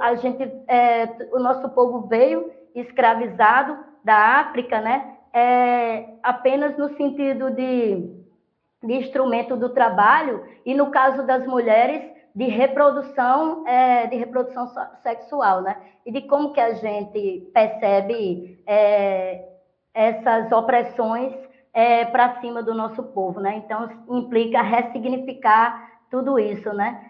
o nosso povo veio escravizado da África, né, apenas no sentido de instrumento do trabalho e no caso das mulheres de reprodução sexual, né? E de como que a gente percebe essas opressões para cima do nosso povo, né? Então, implica ressignificar tudo isso, né?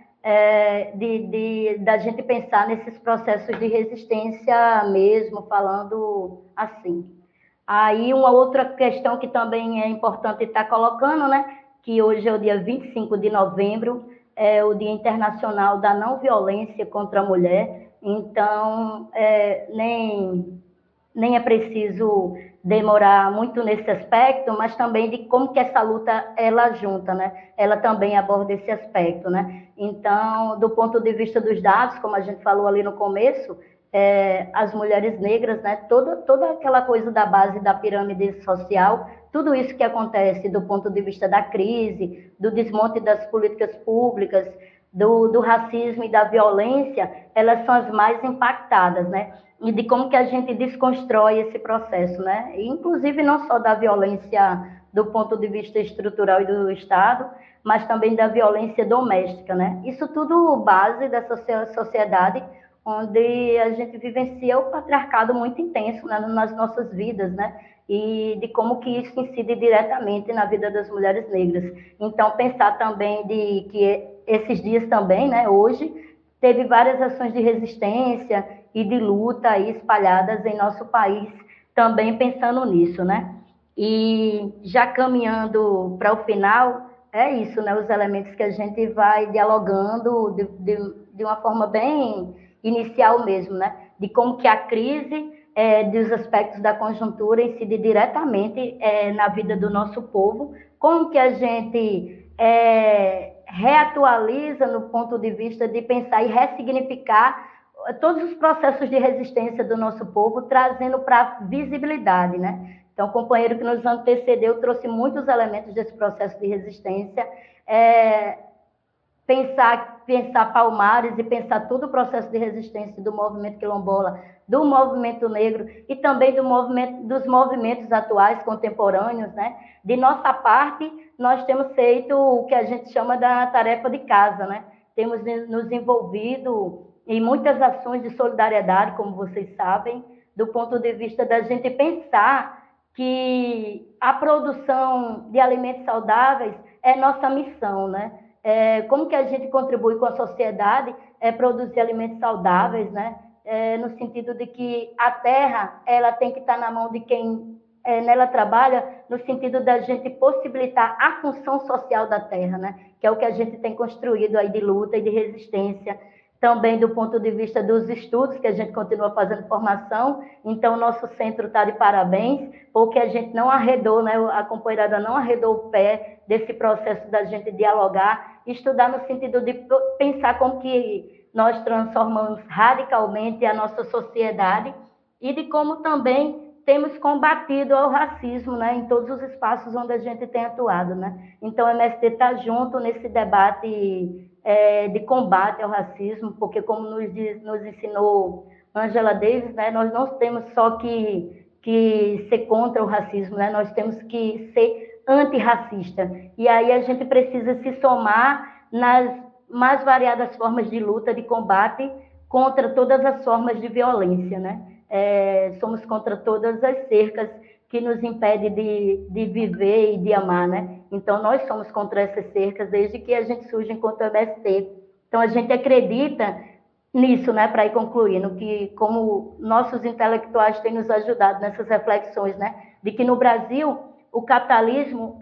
Da gente pensar nesses processos de resistência mesmo, falando assim. Aí, uma outra questão que também é importante estar colocando, né? Que hoje é o dia 25 de novembro, é o Dia Internacional da Não Violência contra a Mulher. Então, nem é preciso demorar muito nesse aspecto, mas também de como que essa luta, ela junta, né? Ela também aborda esse aspecto, né? Então, do ponto de vista dos dados, como a gente falou ali no começo, as mulheres negras, né? Toda aquela coisa da base da pirâmide social, tudo isso que acontece do ponto de vista da crise, do desmonte das políticas públicas, do racismo e da violência, elas são as mais impactadas, né? E de como que a gente desconstrói esse processo, né? E, inclusive não só da violência do ponto de vista estrutural e do Estado, mas também da violência doméstica, né? Isso tudo base dessa sociedade onde a gente vivencia o patriarcado muito intenso, né, nas nossas vidas, né? E de como que isso incide diretamente na vida das mulheres negras. Então, pensar também de que esses dias também, né, hoje, teve várias ações de resistência e de luta aí espalhadas em nosso país, também pensando nisso, né? E já caminhando para o final, é isso, né? Os elementos que a gente vai dialogando de uma forma bem inicial mesmo, né? De como que a crise dos aspectos da conjuntura incide diretamente na vida do nosso povo, como que a gente reatualiza no ponto de vista de pensar e ressignificar todos os processos de resistência do nosso povo, trazendo para a visibilidade, né? Então, o companheiro que nos antecedeu trouxe muitos elementos desse processo de resistência, pensar Palmares e pensar todo o processo de resistência do movimento quilombola, do movimento negro e também dos movimentos atuais, contemporâneos, né? De nossa parte, nós temos feito o que a gente chama da tarefa de casa, né? Temos nos envolvido em muitas ações de solidariedade, como vocês sabem, do ponto de vista da gente pensar que a produção de alimentos saudáveis é nossa missão, né? Como que a gente contribui com a sociedade produzir alimentos saudáveis, né? No sentido de que a terra ela tem que estar na mão de quem nela trabalha, no sentido da gente possibilitar a função social da terra, né? Que é o que a gente tem construído aí de luta e de resistência. Também do ponto de vista dos estudos, que a gente continua fazendo formação. Então, o nosso centro está de parabéns, porque a gente não arredou, né? A companheirada não arredou o pé desse processo da gente dialogar, estudar no sentido de pensar como que nós transformamos radicalmente a nossa sociedade e de como também temos combatido ao racismo, né? Em todos os espaços onde a gente tem atuado, né? Então, o MST está junto nesse debate de combate ao racismo, porque como nos ensinou Angela Davis, né, nós não temos só que ser contra o racismo, né, nós temos que ser antirracista. E aí a gente precisa se somar nas mais variadas formas de luta, de combate contra todas as formas de violência, né? Somos contra todas as cercas que nos impede de viver e de amar, né? Então, nós somos contra essas cercas desde que a gente surge enquanto MST. Então, a gente acredita nisso, né? Para ir concluindo, que como nossos intelectuais têm nos ajudado nessas reflexões, né? De que no Brasil o capitalismo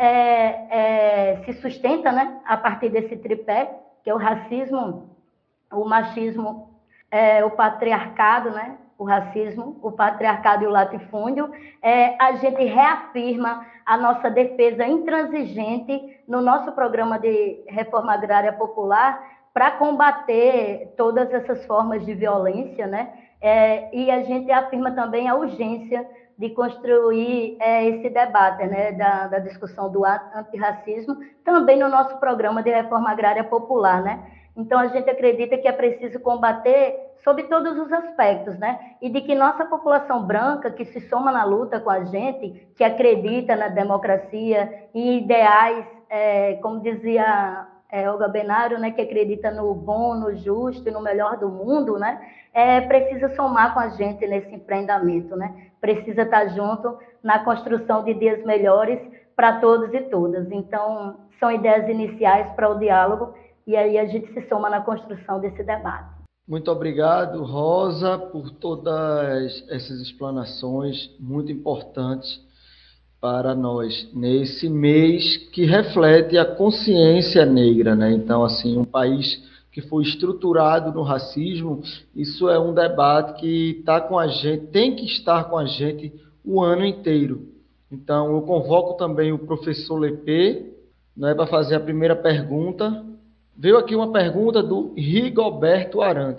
se sustenta, né? A partir desse tripé, que é o racismo, o machismo, o patriarcado, né? O racismo, o patriarcado e o latifúndio, a gente reafirma a nossa defesa intransigente no nosso programa de reforma agrária popular para combater todas essas formas de violência, né? E a gente afirma também a urgência de construir esse debate, né, da discussão do antirracismo, também no nosso programa de reforma agrária popular, né? Então, a gente acredita que é preciso combater sob todos os aspectos, né? E de que nossa população branca, que se soma na luta com a gente, que acredita na democracia e ideais, como dizia Olga Benário, né, que acredita no bom, no justo e no melhor do mundo, né? Precisa somar com a gente nesse empreendimento, né? Precisa estar junto na construção de dias melhores para todos e todas. Então, são ideias iniciais para o diálogo e aí a gente se soma na construção desse debate. Muito obrigado, Rosa, por todas essas explanações muito importantes para nós nesse mês que reflete a consciência negra, né? Então, assim, um país que foi estruturado no racismo, isso é um debate que está com a gente, tem que estar com a gente o ano inteiro. Então, eu convoco também o professor Lepê, né, para fazer a primeira pergunta. Veio aqui uma pergunta do Rigoberto Arantes.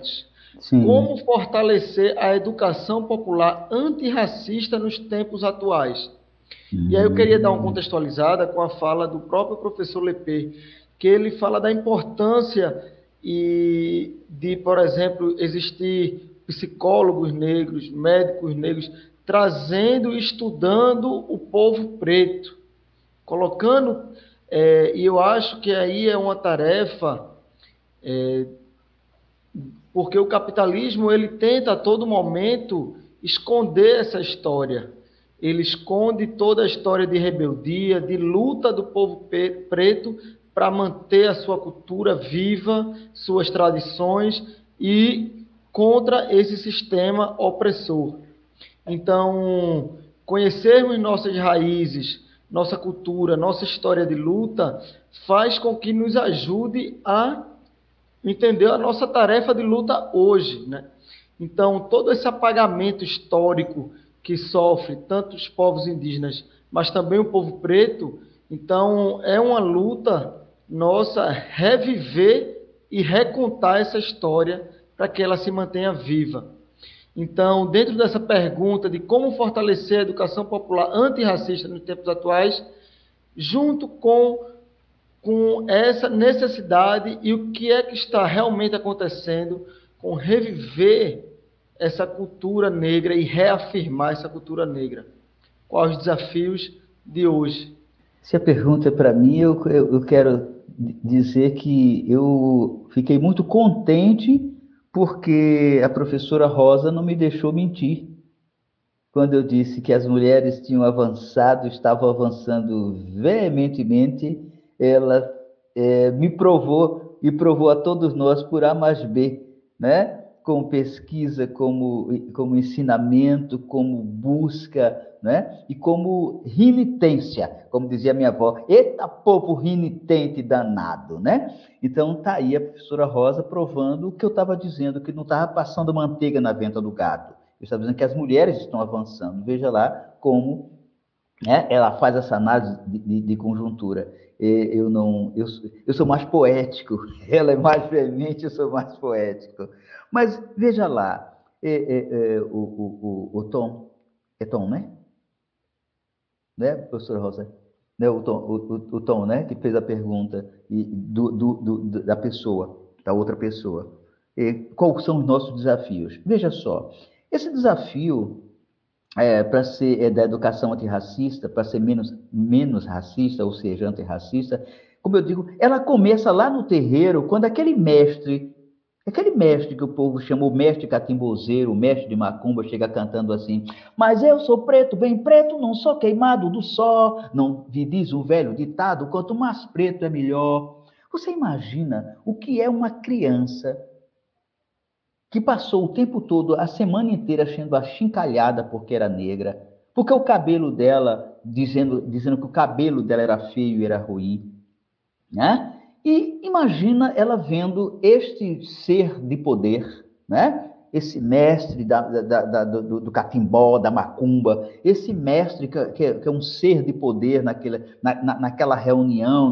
Sim. Como fortalecer a educação popular antirracista nos tempos atuais? E aí eu queria dar uma contextualizada com a fala do próprio professor Lepê, que ele fala da importância de, por exemplo, existir psicólogos negros, médicos negros, trazendo e estudando o povo preto, colocando, e eu acho que aí é uma tarefa, porque o capitalismo ele tenta a todo momento esconder essa história. Ele esconde toda a história de rebeldia, de luta do povo preto para manter a sua cultura viva, suas tradições e contra esse sistema opressor. Então, conhecermos nossas raízes, nossa cultura, nossa história de luta, faz com que nos ajude a entender a nossa tarefa de luta hoje, né? Então, todo esse apagamento histórico que sofre tanto os povos indígenas, mas também o povo preto, então é uma luta nossa reviver e recontar essa história para que ela se mantenha viva. Então, dentro dessa pergunta de como fortalecer a educação popular antirracista nos tempos atuais, junto com essa necessidade e o que é que está realmente acontecendo com reviver essa cultura negra e reafirmar essa cultura negra. Quais os desafios de hoje? Se a pergunta é para mim, eu quero dizer que eu fiquei muito contente porque a professora Rosa não me deixou mentir. Quando eu disse que as mulheres tinham avançado, estavam avançando veementemente, ela me provou e provou a todos nós por A mais B, né? Como pesquisa, como ensinamento, como busca, né? E como renitência, como dizia minha avó, eita povo renitente danado, né? Então tá aí a professora Rosa provando o que eu estava dizendo, que não estava passando manteiga na venta do gado. Eu estava dizendo que as mulheres estão avançando. Veja lá como, né, ela faz essa análise de conjuntura. Eu sou mais poético, ela é mais veemente, eu sou mais poético. Mas veja lá, o Tom, é Tom, né, professora Rosa? Né, o Tom, né, que fez a pergunta da pessoa, da outra pessoa. Quais são os nossos desafios? Veja só, esse desafio para ser da educação antirracista, para ser menos racista, ou seja, antirracista, como eu digo, ela começa lá no terreiro, quando aquele mestre que o povo chamou mestre catimbozeiro, o mestre de macumba, chega cantando assim: mas eu sou preto, bem preto, não sou queimado do sol, não diz o velho ditado, quanto mais preto é melhor. Você imagina o que é uma criança que passou o tempo todo, a semana inteira, sendo achincalhada porque era negra, porque o cabelo dela, dizendo que o cabelo dela era feio e era ruim, né? E imagina ela vendo este ser de poder, né? Esse mestre do catimbó, da macumba, esse mestre que é um ser de poder naquela reunião,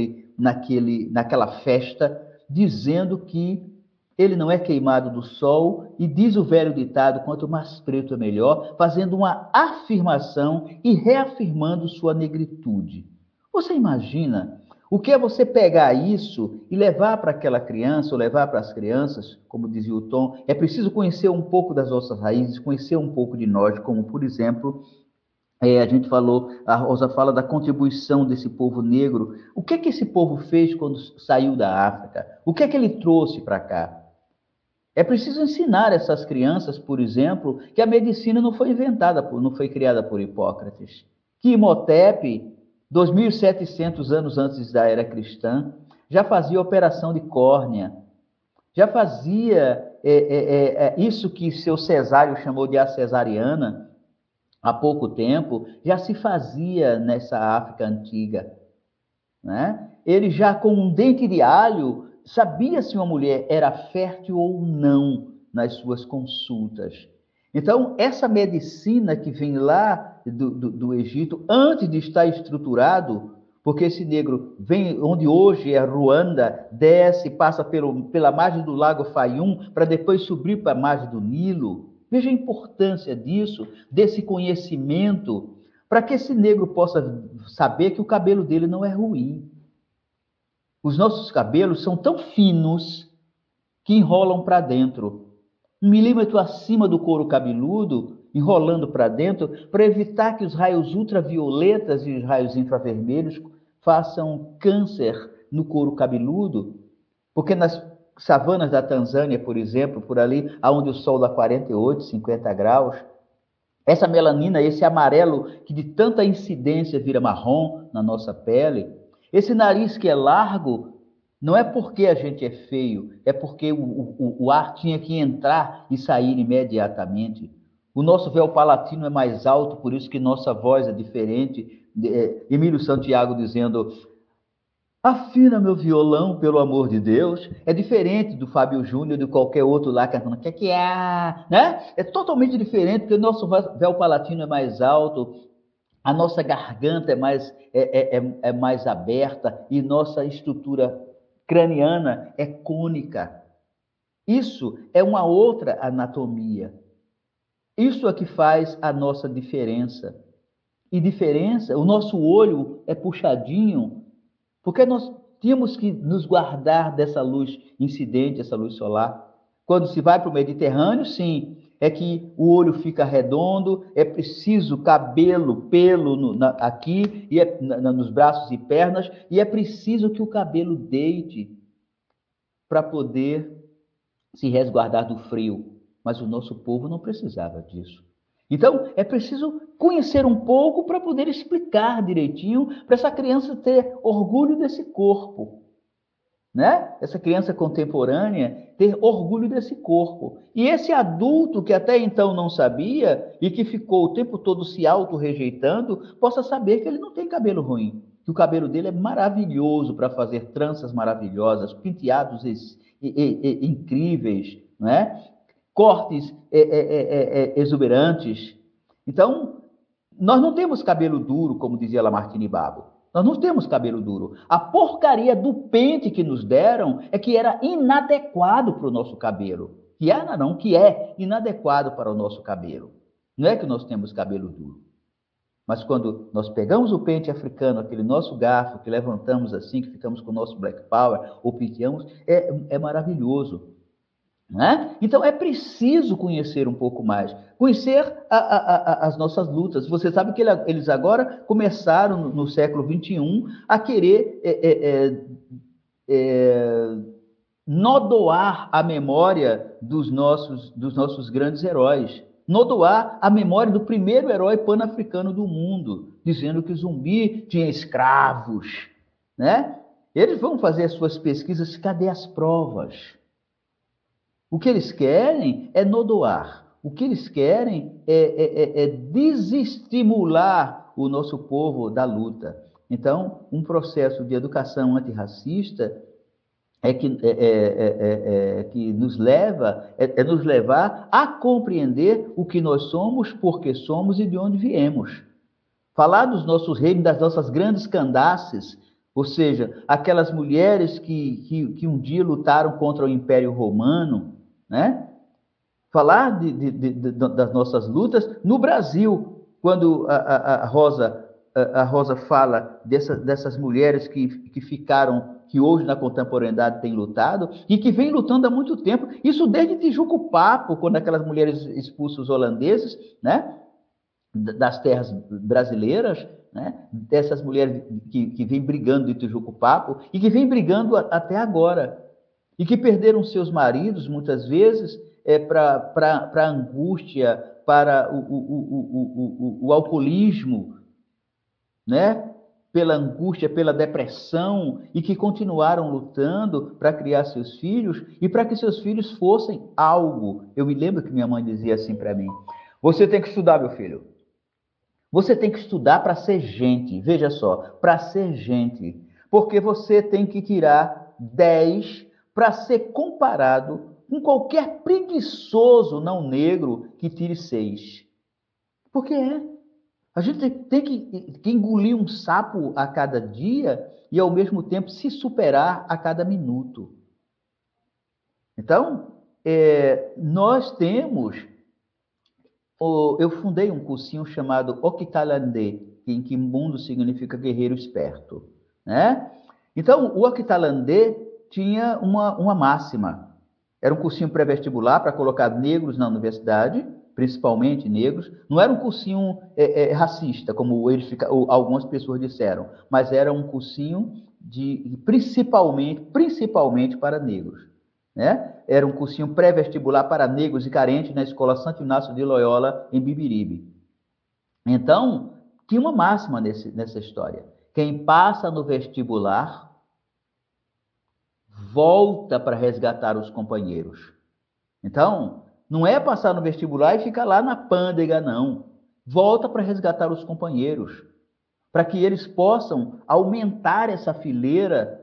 naquela festa, dizendo que ele não é queimado do sol, e diz o velho ditado, quanto mais preto é melhor, fazendo uma afirmação e reafirmando sua negritude. Você imagina o que é você pegar isso e levar para aquela criança, ou levar para as crianças, como dizia o Tom, é preciso conhecer um pouco das nossas raízes, conhecer um pouco de nós, como, por exemplo, a gente falou, a Rosa fala da contribuição desse povo negro. O que é que esse povo fez quando saiu da África? O que é que ele trouxe para cá? É preciso ensinar essas crianças, por exemplo, que a medicina não foi não foi criada por Hipócrates. Que Imhotep, 2.700 anos antes da era cristã, já fazia operação de córnea, já fazia isso que seu Cesário chamou de a cesariana, há pouco tempo, já se fazia nessa África antiga, né? Ele já com um dente de alho sabia se uma mulher era fértil ou não nas suas consultas. Então, essa medicina que vem lá do Egito, antes de estar estruturado, porque esse negro vem onde hoje é Ruanda, desce, passa pela margem do Lago Fayum, para depois subir para a margem do Nilo. Veja a importância disso, desse conhecimento, para que esse negro possa saber que o cabelo dele não é ruim. Os nossos cabelos são tão finos que enrolam para dentro. 1 milímetro acima do couro cabeludo, enrolando para dentro, para evitar que os raios ultravioletas e os raios infravermelhos façam câncer no couro cabeludo, porque nas savanas da Tanzânia, por exemplo, por ali, onde o sol dá 48, 50 graus, essa melanina, esse amarelo que de tanta incidência vira marrom na nossa pele, esse nariz que é largo, não é porque a gente é feio, é porque o ar tinha que entrar e sair imediatamente. O nosso véu palatino é mais alto, por isso que nossa voz é diferente. Emílio Santiago dizendo: afina meu violão, pelo amor de Deus. É diferente do Fábio Júnior, de qualquer outro lá cantando que é, né? É totalmente diferente, porque o nosso véu palatino é mais alto, a nossa garganta é mais aberta e nossa estrutura craniana é cônica. Isso é uma outra anatomia. Isso é que faz a nossa diferença. E diferença, o nosso olho é puxadinho, porque nós tínhamos que nos guardar dessa luz incidente, essa luz solar. Quando se vai para o Mediterrâneo, sim, é que o olho fica redondo, é preciso cabelo, pelo aqui, e nos braços e pernas, e é preciso que o cabelo deite para poder se resguardar do frio. Mas o nosso povo não precisava disso. Então, é preciso conhecer um pouco para poder explicar direitinho, para essa criança ter orgulho desse corpo, né? Essa criança contemporânea ter orgulho desse corpo. E esse adulto que até então não sabia e que ficou o tempo todo se auto-rejeitando, possa saber que ele não tem cabelo ruim, que o cabelo dele é maravilhoso para fazer tranças maravilhosas, penteados incríveis, né? Cortes exuberantes. Então, nós não temos cabelo duro, como dizia Lamartine Babo. Nós não temos cabelo duro. A porcaria do pente que nos deram é que era inadequado para o nosso cabelo. Que é inadequado para o nosso cabelo. Não é que nós temos cabelo duro. Mas quando nós pegamos o pente africano, aquele nosso garfo, que levantamos assim, que ficamos com o nosso black power, ou penteamos, é maravilhoso. Né? Então é preciso conhecer um pouco mais, conhecer as nossas lutas. Você sabe que eles agora começaram no século XXI a querer nodoar a memória dos nossos grandes heróis, nodoar a memória do primeiro herói pan-africano do mundo, dizendo que Zumbi tinha escravos, né? Eles vão fazer as suas pesquisas, cadê as provas? O que eles querem é nodoar. O que eles querem é desestimular o nosso povo da luta. Então, um processo de educação antirracista que nos levar a compreender o que nós somos, por que somos e de onde viemos. Falar dos nossos reinos, das nossas grandes Candaces, ou seja, aquelas mulheres que um dia lutaram contra o Império Romano, né? Falar das nossas lutas no Brasil, quando a Rosa fala dessas mulheres que ficaram, que hoje na contemporaneidade têm lutado e que vem lutando há muito tempo, isso desde Tijuco Papo, quando aquelas mulheres expulsam os holandeses, né? Das terras brasileiras, né? Dessas mulheres que vêm brigando de Tijuco Papo e que vêm brigando até agora. E que perderam seus maridos, muitas vezes, para a angústia, para o alcoolismo, né? Pela angústia, pela depressão, e que continuaram lutando para criar seus filhos e para que seus filhos fossem algo. Eu me lembro que minha mãe dizia assim para mim: você tem que estudar, meu filho. Você tem que estudar para ser gente. Veja só, para ser gente. Porque você tem que tirar 10 para ser comparado com qualquer preguiçoso não negro que tire 6. Porque A gente tem que engolir um sapo a cada dia e, ao mesmo tempo, se superar a cada minuto. Então, nós temos... Eu fundei um cursinho chamado Okitalandê, em que mundo significa guerreiro esperto, né? Então, o Okitalandê tinha uma máxima. Era um cursinho pré-vestibular para colocar negros na universidade, principalmente negros. Não era um cursinho racista, como algumas pessoas disseram, mas era um cursinho principalmente para negros, né? Era um cursinho pré-vestibular para negros e carentes na Escola Santo Inácio de Loyola, em Bibiribe. Então, tinha uma máxima nessa história. Quem passa no vestibular volta para resgatar os companheiros. Então, não é passar no vestibular e ficar lá na pândega, não. Volta para resgatar os companheiros, para que eles possam aumentar essa fileira,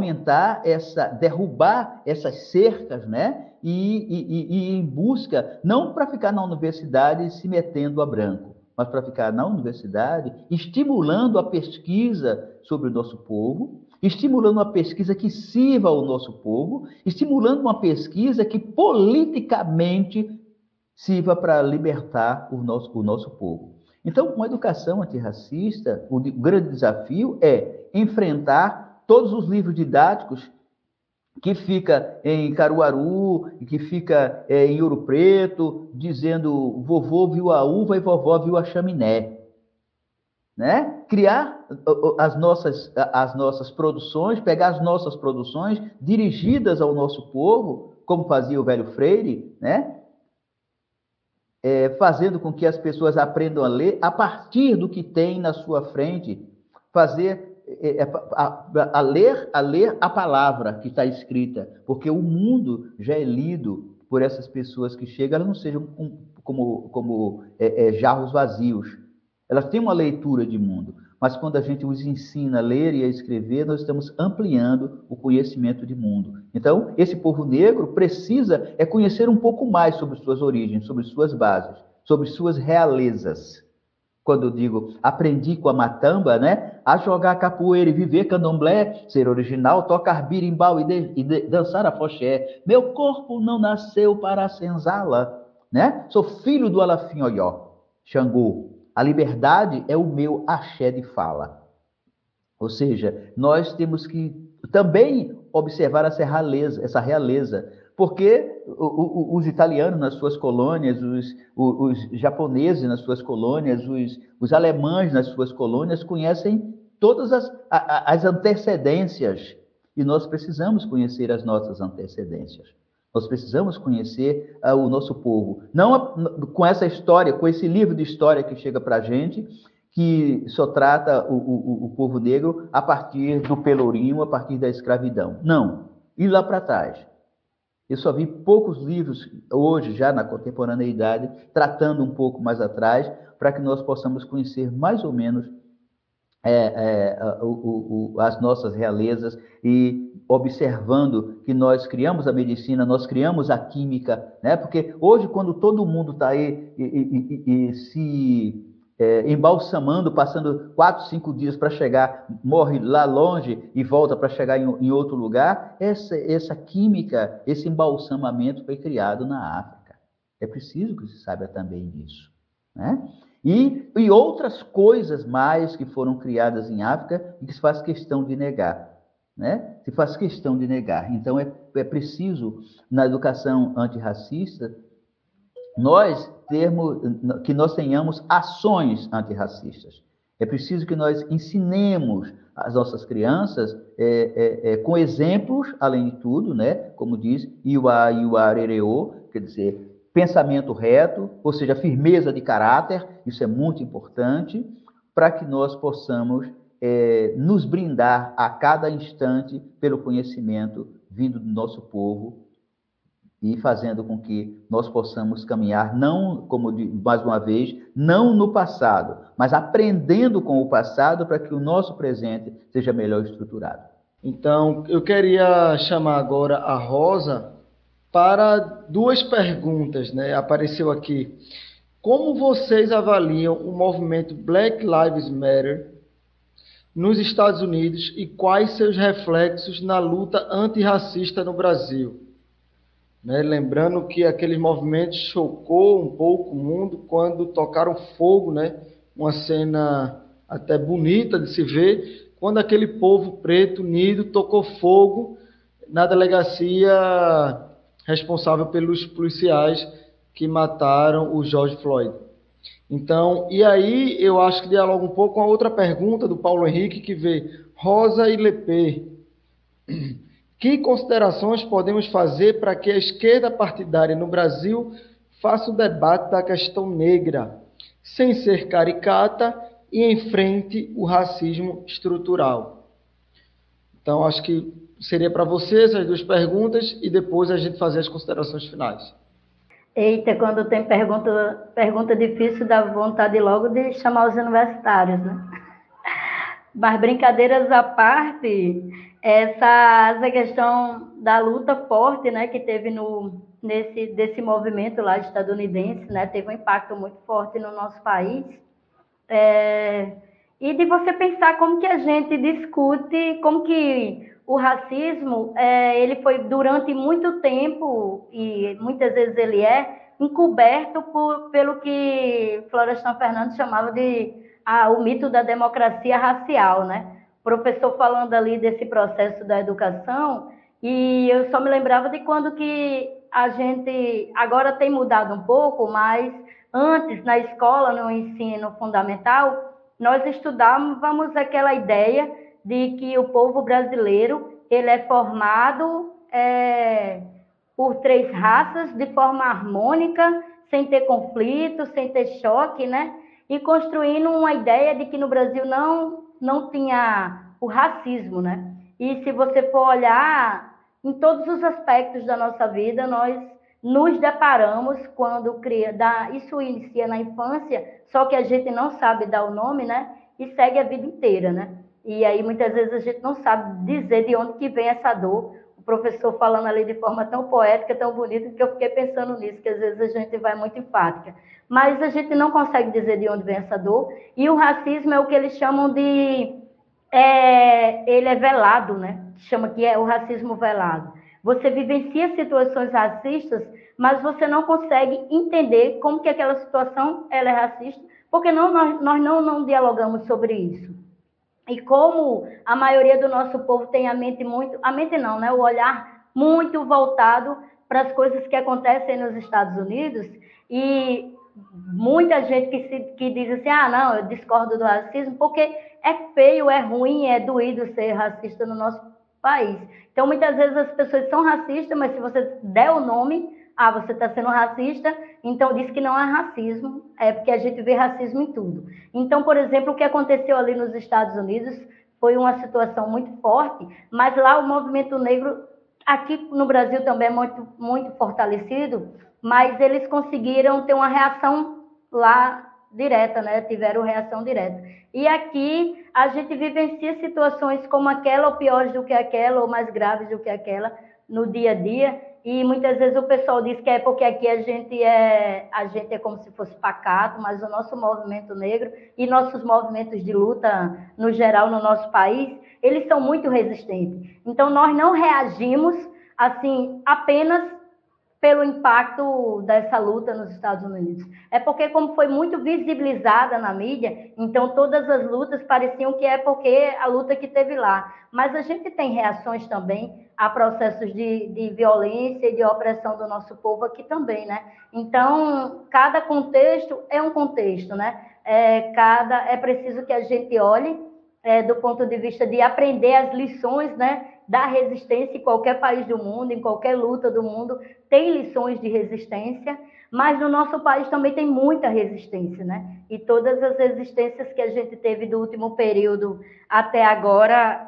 derrubar essas cercas, né? E em busca, não para ficar na universidade se metendo a branco, mas para ficar na universidade estimulando a pesquisa sobre o nosso povo, estimulando uma pesquisa que sirva ao nosso povo, estimulando uma pesquisa que politicamente sirva para libertar o nosso povo. Então, uma educação antirracista, o grande desafio é enfrentar todos os livros didáticos que fica em Caruaru, que fica em Ouro Preto, dizendo vovô viu a uva e vovó viu a chaminé. Né? Criar as nossas produções, pegar as nossas produções dirigidas ao nosso povo, como fazia o velho Freire, né? Fazendo com que as pessoas aprendam a ler a partir do que tem na sua frente, a ler a palavra que está escrita, porque o mundo já é lido por essas pessoas que chegam, elas não sejam como jarros vazios. Elas têm uma leitura de mundo, mas quando a gente os ensina a ler e a escrever, nós estamos ampliando o conhecimento de mundo. Então, esse povo negro precisa conhecer um pouco mais sobre suas origens, sobre suas bases, sobre suas realezas. Quando eu digo, aprendi com a matamba, né, a jogar capoeira e viver candomblé, ser original, tocar birimbau e dançar afoxé. Meu corpo não nasceu para a senzala, né? Sou filho do Alafinhoió, Xangô. A liberdade é o meu axé de fala. Ou seja, nós temos que também observar essa realeza, porque os italianos nas suas colônias, os japoneses nas suas colônias, os alemães nas suas colônias conhecem todas as antecedências, e nós precisamos conhecer as nossas antecedências. Nós precisamos conhecer o nosso povo. Não com essa história, com esse livro de história que chega para a gente, que só trata o povo negro a partir do Pelourinho, a partir da escravidão. Não. Ir lá para trás. Eu só vi poucos livros hoje, já na contemporaneidade, tratando um pouco mais atrás, para que nós possamos conhecer mais ou menos as nossas realezas e observando que nós criamos a medicina, nós criamos a química, né? Porque hoje, quando todo mundo está aí se embalsamando, passando 4, 5 dias para chegar, morre lá longe e volta para chegar em outro lugar, essa química, esse embalsamamento foi criado na África. É preciso que se saiba também disso, né? E outras coisas mais que foram criadas em África e que se faz questão de negar, né? Se faz questão de negar. Então, é preciso, na educação antirracista, que nós tenhamos ações antirracistas. É preciso que nós ensinemos as nossas crianças com exemplos, além de tudo, né? Como diz Iwa Iwarereo, quer dizer, pensamento reto, ou seja, firmeza de caráter, isso é muito importante, para que nós possamos nos brindar a cada instante pelo conhecimento vindo do nosso povo e fazendo com que nós possamos caminhar, não, como mais uma vez, não no passado, mas aprendendo com o passado para que o nosso presente seja melhor estruturado. Então, eu queria chamar agora a Rosa para 2 perguntas, né? Apareceu aqui. Como vocês avaliam o movimento Black Lives Matter nos Estados Unidos e quais seus reflexos na luta antirracista no Brasil? Né? Lembrando que aqueles movimentos chocou um pouco o mundo quando tocaram fogo, né? Uma cena até bonita de se ver, quando aquele povo preto unido tocou fogo na delegacia responsável pelos policiais que mataram o George Floyd. Então, e aí eu acho que dialoga um pouco com a outra pergunta do Paulo Henrique, que vê Rosa e Lepê. Que considerações podemos fazer para que a esquerda partidária no Brasil faça o debate da questão negra, sem ser caricata, e enfrente o racismo estrutural? Então, acho que seria para vocês as duas perguntas e depois a gente fazer as considerações finais. Eita, quando tem pergunta difícil, dá vontade logo de chamar os universitários, né? Mas brincadeiras à parte, essa questão da luta forte, né, que teve desse movimento lá estadunidense, né, teve um impacto muito forte no nosso país. E de você pensar como que a gente discute, como que o racismo, ele foi durante muito tempo, e muitas vezes ele encoberto pelo que Florestan Fernandes chamava de o mito da democracia racial, né? O professor falando ali desse processo da educação, e eu só me lembrava de quando que a gente, agora tem mudado um pouco, mas antes, na escola, no ensino fundamental, nós estudávamos aquela ideia de que o povo brasileiro ele é formado por 3 raças de forma harmônica, sem ter conflito, sem ter choque, né? E construindo uma ideia de que no Brasil não tinha o racismo, né? E se você for olhar em todos os aspectos da nossa vida, nós nos deparamos quando isso inicia na infância, só que a gente não sabe dar o nome, né? E segue a vida inteira, né? E aí muitas vezes a gente não sabe dizer de onde que vem essa dor. O professor falando ali de forma tão poética, tão bonita, que eu fiquei pensando nisso, que às vezes a gente vai muito enfática. Mas a gente não consegue dizer de onde vem essa dor. E o racismo é o que eles chamam de... ele é velado, né? Chama que é o racismo velado. Você vivencia situações racistas, mas você não consegue entender como que aquela situação ela é racista, porque nós não dialogamos sobre isso. E como a maioria do nosso povo tem a mente não, né? O olhar muito voltado para as coisas que acontecem nos Estados Unidos, e muita gente que diz assim, não, eu discordo do racismo, porque é feio, é ruim, é doído ser racista no nosso país. Então, muitas vezes as pessoas são racistas, mas se você der o nome, você está sendo racista, então diz que não é racismo, é porque a gente vê racismo em tudo. Então, por exemplo, o que aconteceu ali nos Estados Unidos foi uma situação muito forte, mas lá o movimento negro, aqui no Brasil também é muito, muito fortalecido, mas eles conseguiram ter uma reação lá direta, né? Tiveram reação direta. E aqui a gente vivencia situações como aquela, ou piores do que aquela, ou mais graves do que aquela, no dia a dia. E muitas vezes o pessoal diz que é porque aqui a gente é como se fosse pacato, mas o nosso movimento negro e nossos movimentos de luta, no geral, no nosso país, eles são muito resistentes. Então, nós não reagimos, assim, apenas pelo impacto dessa luta nos Estados Unidos. É porque, como foi muito visibilizada na mídia, então todas as lutas pareciam que é porque a luta que teve lá. Mas a gente tem reações também a processos de violência e de opressão do nosso povo aqui também, né? Então, cada contexto é um contexto, né? É preciso que a gente olhe do ponto de vista de aprender as lições, né, da resistência. Em qualquer país do mundo, em qualquer luta do mundo, tem lições de resistência, mas no nosso país também tem muita resistência, né? E todas as resistências que a gente teve do último período até agora,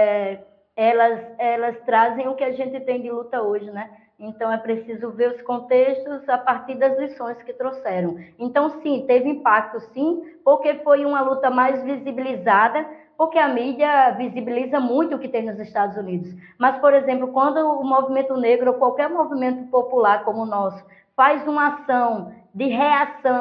elas trazem o que a gente tem de luta hoje, né? Então, é preciso ver os contextos a partir das lições que trouxeram. Então, sim, teve impacto, sim, porque foi uma luta mais visibilizada, porque a mídia visibiliza muito o que tem nos Estados Unidos. Mas, por exemplo, quando o movimento negro ou qualquer movimento popular como o nosso faz uma ação de reação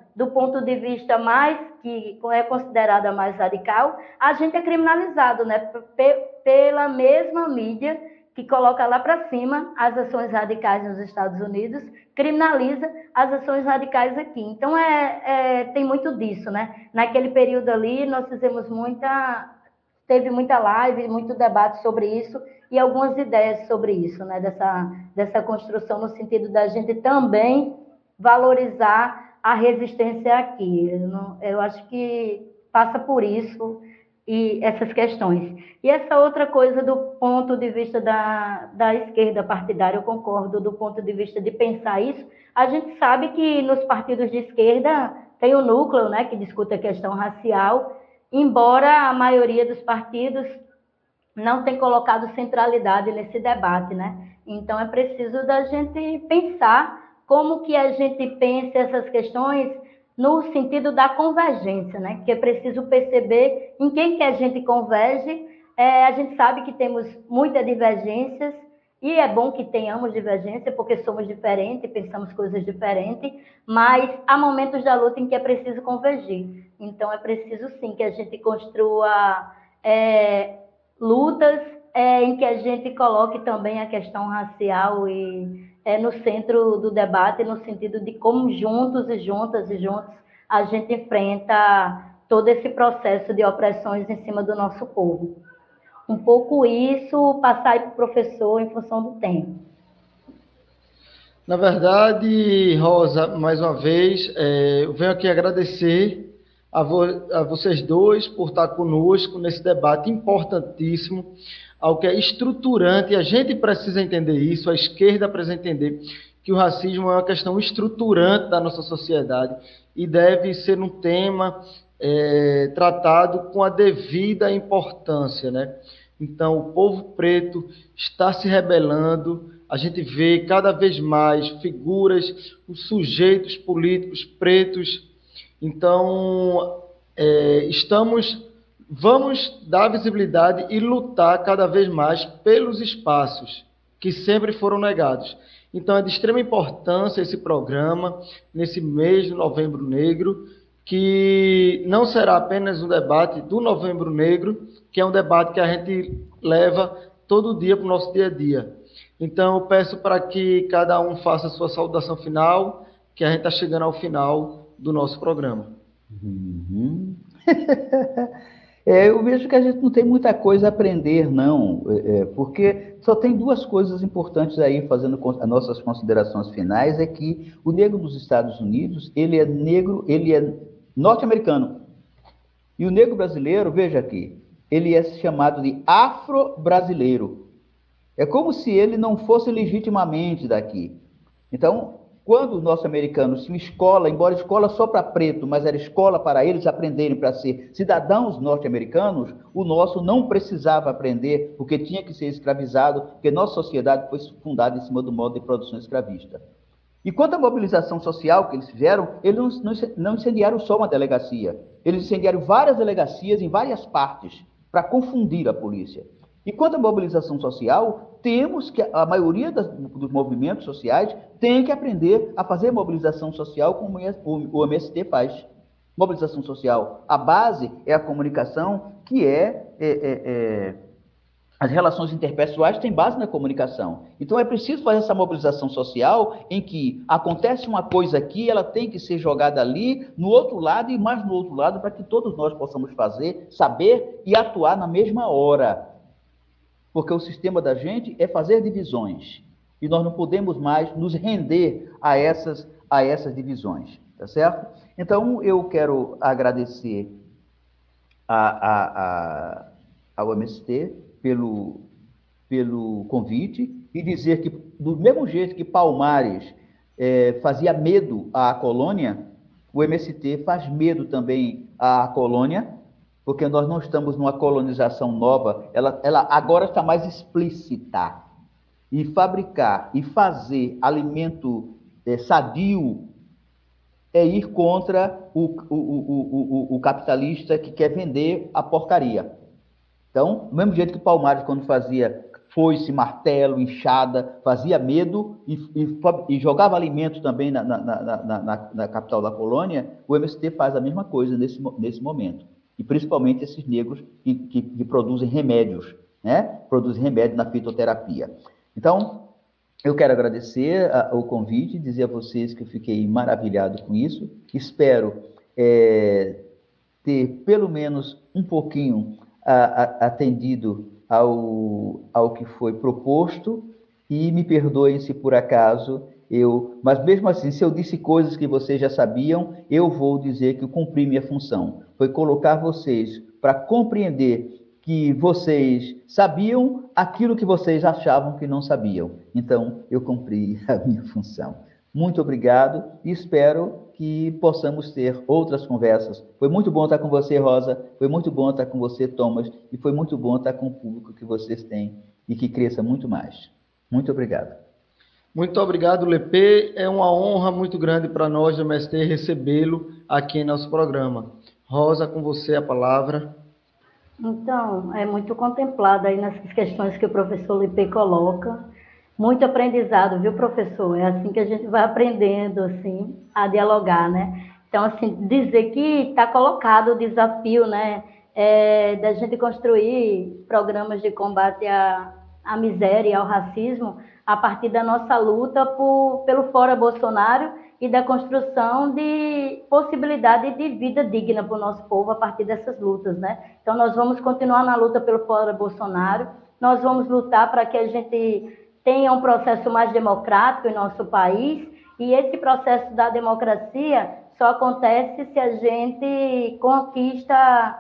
do ponto de vista mais, que é considerada mais radical, a gente é criminalizado, né? Pela mesma mídia que coloca lá para cima as ações radicais nos Estados Unidos, criminaliza as ações radicais aqui. Então, tem muito disso, né? Naquele período ali, nós fizemos teve muita live, muito debate sobre isso e algumas ideias sobre isso, né? Dessa construção no sentido da gente também valorizar a resistência aqui. Eu acho que passa por isso e essas questões. E essa outra coisa do ponto de vista da esquerda partidária, eu concordo, do ponto de vista de pensar isso, a gente sabe que nos partidos de esquerda tem o núcleo, né, que discute a questão racial, embora a maioria dos partidos não tenha colocado centralidade nesse debate, né? Então é preciso da gente pensar como que a gente pensa essas questões no sentido da convergência, né? Que é preciso perceber em quem que a gente converge. A gente sabe que temos muitas divergências, e é bom que tenhamos divergência, porque somos diferentes, pensamos coisas diferentes, mas há momentos da luta em que é preciso convergir. Então, é preciso, sim, que a gente construa lutas em que a gente coloque também a questão racial no centro do debate, no sentido de como juntos e juntas a gente enfrenta todo esse processo de opressões em cima do nosso povo. Um pouco isso, passar aí para o professor em função do tempo. Na verdade, Rosa, mais uma vez, eu venho aqui agradecer a vocês dois por estar conosco nesse debate importantíssimo, ao que é estruturante, e a gente precisa entender isso, a esquerda precisa entender que o racismo é uma questão estruturante da nossa sociedade e deve ser um tema tratado com a devida importância, né? Então, o povo preto está se rebelando, a gente vê cada vez mais figuras, os sujeitos políticos pretos. Então, vamos dar visibilidade e lutar cada vez mais pelos espaços que sempre foram negados. Então, é de extrema importância esse programa, nesse mês de Novembro Negro, que não será apenas um debate do Novembro Negro, que é um debate que a gente leva todo dia para o nosso dia a dia. Então, eu peço para que cada um faça a sua saudação final, que a gente está chegando ao final do nosso programa. Uhum. Eu vejo que a gente não tem muita coisa a aprender, não, porque só tem duas coisas importantes aí, fazendo as nossas considerações finais, é que o negro dos Estados Unidos, ele é negro, ele é norte-americano, e o negro brasileiro, veja aqui, ele é chamado de afro-brasileiro. É como se ele não fosse legitimamente daqui. Então, quando os norte-americanos tinham escola, embora escola só para preto, mas era escola para eles aprenderem para ser cidadãos norte-americanos, o nosso não precisava aprender, porque tinha que ser escravizado, porque nossa sociedade foi fundada em cima do modo de produção escravista. E quanto à mobilização social que eles fizeram, eles não incendiaram só uma delegacia, eles incendiaram várias delegacias em várias partes, para confundir a polícia. E quanto à mobilização social, temos que, a maioria dos movimentos sociais tem que aprender a fazer mobilização social como o MST faz. Mobilização social, a base é a comunicação, que as relações interpessoais têm base na comunicação. Então é preciso fazer essa mobilização social em que acontece uma coisa aqui, ela tem que ser jogada ali, no outro lado e mais no outro lado, para que todos nós possamos fazer, saber e atuar na mesma hora. Porque o sistema da gente é fazer divisões. E nós não podemos mais nos render a essas divisões. Tá certo? Então, eu quero agradecer ao MST pelo convite e dizer que, do mesmo jeito que Palmares fazia medo à colônia, o MST faz medo também à colônia, porque nós não estamos numa colonização nova, ela agora está mais explícita. E fabricar e fazer alimento sadio é ir contra o capitalista que quer vender a porcaria. Então, do mesmo jeito que o Palmares, quando fazia foice, martelo, enxada, fazia medo e jogava alimento também na capital da colônia, o MST faz a mesma coisa nesse momento. E principalmente esses negros que produzem remédios, né? Produzem remédio na fitoterapia. Então, eu quero agradecer o convite, dizer a vocês que eu fiquei maravilhado com isso. Espero ter pelo menos um pouquinho atendido ao que foi proposto, e me perdoem se por acaso mas mesmo assim, se eu disse coisas que vocês já sabiam, eu vou dizer que eu cumpri minha função. Foi colocar vocês para compreender que vocês sabiam aquilo que vocês achavam que não sabiam. Então, eu cumpri a minha função. Muito obrigado e espero que possamos ter outras conversas. Foi muito bom estar com você, Rosa, foi muito bom estar com você, Thomas, e foi muito bom estar com o público que vocês têm e que cresça muito mais. Muito obrigado. Muito obrigado, Lepê. É uma honra muito grande para nós do MST recebê-lo aqui em nosso programa. Rosa, com você a palavra. Então, é muito contemplado aí nessas questões que o professor Lepê coloca. Muito aprendizado, viu, professor? É assim que a gente vai aprendendo, assim, a dialogar, né? Então, assim, dizer que está colocado o desafio, né, da gente construir programas de combate à miséria e ao racismo a partir da nossa luta pelo Fora Bolsonaro e da construção de possibilidade de vida digna para o nosso povo a partir dessas lutas, né? Então, nós vamos continuar na luta pelo Fora Bolsonaro, nós vamos lutar para que a gente tenha um processo mais democrático em nosso país, e esse processo da democracia só acontece se a gente conquista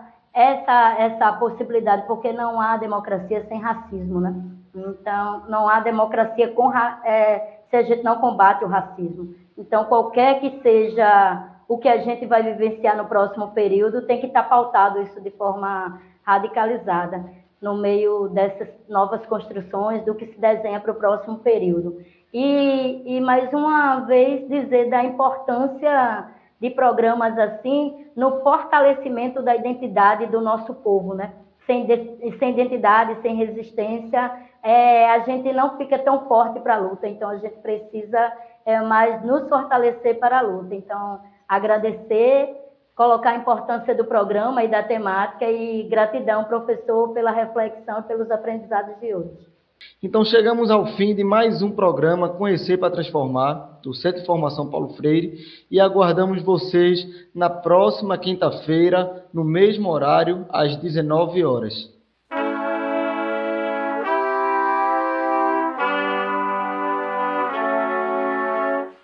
essa possibilidade, porque não há democracia sem racismo, né? Então, não há democracia se a gente não combate o racismo. Então, qualquer que seja o que a gente vai vivenciar no próximo período, tem que estar pautado isso de forma radicalizada, no meio dessas novas construções, do que se desenha para o próximo período. E mais uma vez, dizer da importância de programas assim no fortalecimento da identidade do nosso povo, né? Sem identidade, sem resistência, a gente não fica tão forte para a luta. Então, a gente precisa mais nos fortalecer para a luta. Então, agradecer, colocar a importância do programa e da temática, e gratidão, professor, pela reflexão e pelos aprendizados de hoje. Então, chegamos ao fim de mais um programa Conhecer para Transformar, do Centro de Formação Paulo Freire, e aguardamos vocês na próxima quinta-feira, no mesmo horário, às 19 horas.